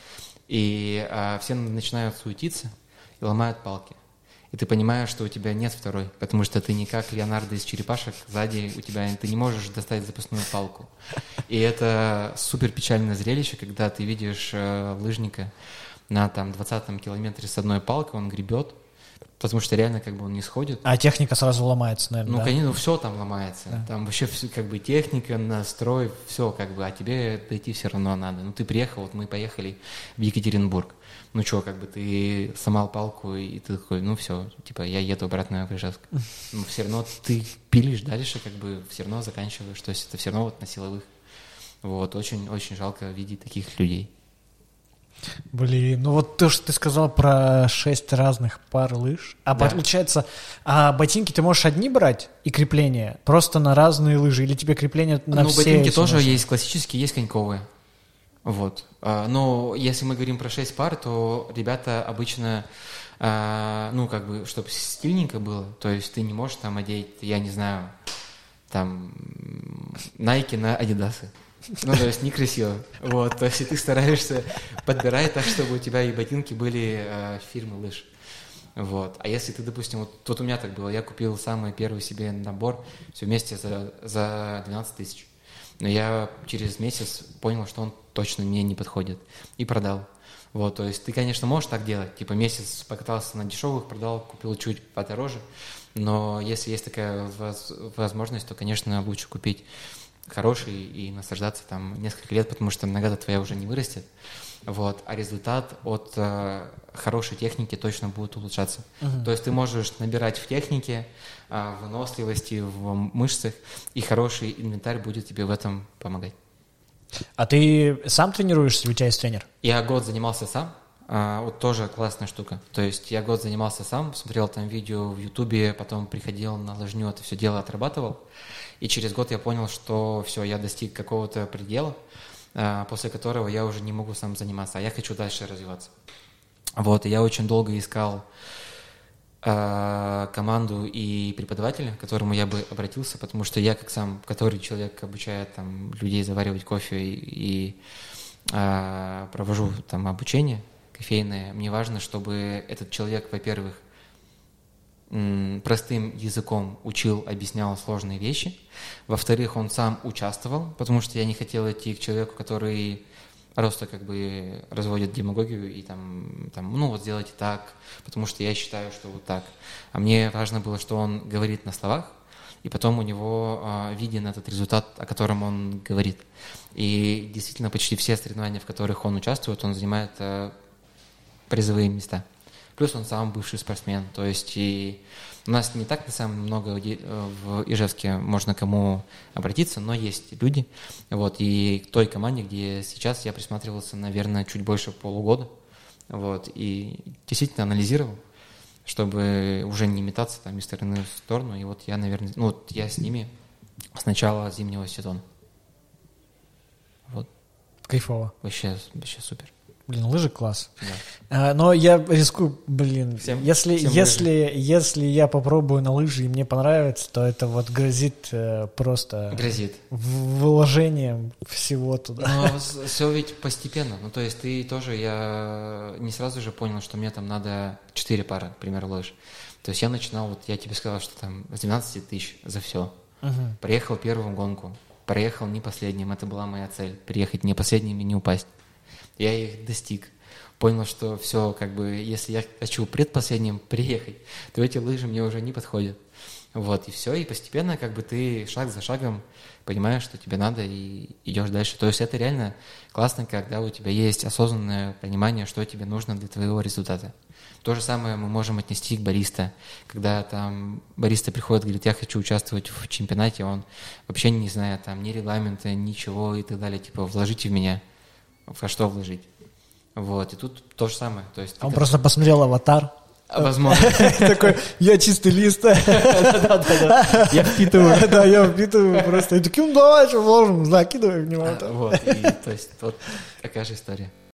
[SPEAKER 5] И все начинают суетиться и ломают палки. И ты понимаешь, что у тебя нет второй, потому что ты не как Леонардо из «Черепашек», сзади у тебя ты не можешь достать запасную палку. И это супер печальное зрелище, когда ты видишь лыжника на там 20-м километре с одной палкой, он гребет, потому что реально как бы он не сходит.
[SPEAKER 1] А техника сразу ломается, наверное,
[SPEAKER 5] Ну, конечно, все там ломается. Да. Там вообще как бы техника, настрой, все как бы, а тебе дойти все равно надо. Ну, ты приехал, вот мы поехали в Екатеринбург. Ну, что, как бы ты сломал палку, и ты такой, ну, все, типа, я еду обратно в Ижевск. Ну, все равно ты пилишь дальше, как бы, все равно заканчиваешь, то есть это все равно вот на силовых. Вот, очень жалко видеть таких людей.
[SPEAKER 1] Блин, ну вот то, что ты сказал про 6 разных пар лыж. А да. Получается, ботинки ты можешь одни брать и крепления просто на разные лыжи? Или тебе крепления на все?
[SPEAKER 5] Ну, ботинки тоже есть классические, есть коньковые. Вот. Но если мы говорим про 6 пар, то ребята обычно, ну, как бы, чтобы стильненько было, то есть ты не можешь там одеть, я не знаю, там, Nike на Адидасы. Ну, то есть некрасиво. Вот, то есть ты стараешься подбирать так, чтобы у тебя и ботинки были фирмы лыж. Вот. А если ты, допустим, вот тут у меня так было, я купил самый первый себе набор, все вместе за 12 тысяч. Но я через месяц понял, что он точно мне не подходит. И продал. Вот, то есть ты, конечно, можешь так делать. Типа месяц покатался на дешевых, продал, купил чуть подороже. Но если есть такая возможность, то, конечно, лучше купить хороший и наслаждаться там несколько лет, потому что нога твоя уже не вырастет. Вот, а результат от хорошей техники точно будет улучшаться. То есть ты можешь набирать в технике, в выносливости, в мышцах, и хороший инвентарь будет тебе в этом помогать.
[SPEAKER 1] А ты сам тренируешься, у тебя есть тренер?
[SPEAKER 5] Я год занимался сам. Вот тоже классная штука. То есть я год занимался сам, смотрел там видео в Ютубе, потом приходил на лыжню, это все дело отрабатывал. И через год я понял, что все, я достиг какого-то предела, после которого я уже не могу сам заниматься, а я хочу дальше развиваться. Вот, и я очень долго искал команду и преподавателя, к которому я бы обратился, потому что я как сам, который человек обучает там людей заваривать кофе и провожу там обучение кофейное, мне важно, чтобы этот человек, во-первых, простым языком учил, объяснял сложные вещи. Во-вторых, он сам участвовал, потому что я не хотел идти к человеку, который просто как бы разводит демагогию и там, ну вот сделайте так, потому что я считаю, что вот так. А мне важно было, что он говорит на словах, и потом у него виден этот результат, о котором он говорит. И действительно почти все соревнования, в которых он участвует, он занимает призовые места. Плюс он сам бывший спортсмен. То есть и у нас не так на самом деле много в Ижевске можно кому обратиться, но есть люди. Вот, и к той команде, где сейчас я присматривался, наверное, чуть больше полугода. Вот, и действительно анализировал, чтобы уже не метаться там из стороны в сторону. И вот я, наверное, ну вот я с ними с начала зимнего сезона. Вот.
[SPEAKER 1] Кайфово.
[SPEAKER 5] Вообще супер.
[SPEAKER 3] Блин, лыжи класс.
[SPEAKER 5] Да.
[SPEAKER 3] Но я рискую, блин,
[SPEAKER 5] Всем
[SPEAKER 3] если я попробую на лыжи и мне понравится, то это вот грозит просто
[SPEAKER 5] Грозит.
[SPEAKER 3] вложением всего туда.
[SPEAKER 5] Но все ведь постепенно. Ну, то есть ты тоже, я не сразу же понял, что мне там надо 4 пары, к примеру, лыж. То есть я начинал, вот я тебе сказал, что там с 12 тысяч за все. Приехал первую гонку, проехал не последним, это была моя цель. Приехать не последним и не упасть. Я их достиг. Понял, что все, как бы, если я хочу предпоследним приехать, то эти лыжи мне уже не подходят. Вот, и все, и постепенно, как бы, ты шаг за шагом понимаешь, что тебе надо, и идешь дальше. То есть это реально классно, когда у тебя есть осознанное понимание, что тебе нужно для твоего результата. То же самое мы можем отнести к бариста. Когда там бариста приходит, говорит, я хочу участвовать в чемпионате, он вообще не знает там ни регламента, ничего и так далее, типа, вложите в меня. Во что вложить. Вот, и тут то же самое. То есть
[SPEAKER 3] Он просто посмотрел «Аватар».
[SPEAKER 5] возможно.
[SPEAKER 3] Такой, я чистый лист. Да-да-да.
[SPEAKER 5] Я впитываю.
[SPEAKER 3] Да, я впитываю просто. И таким, давай, что можем, закидывай в него.
[SPEAKER 5] Вот, и то есть вот такая же история.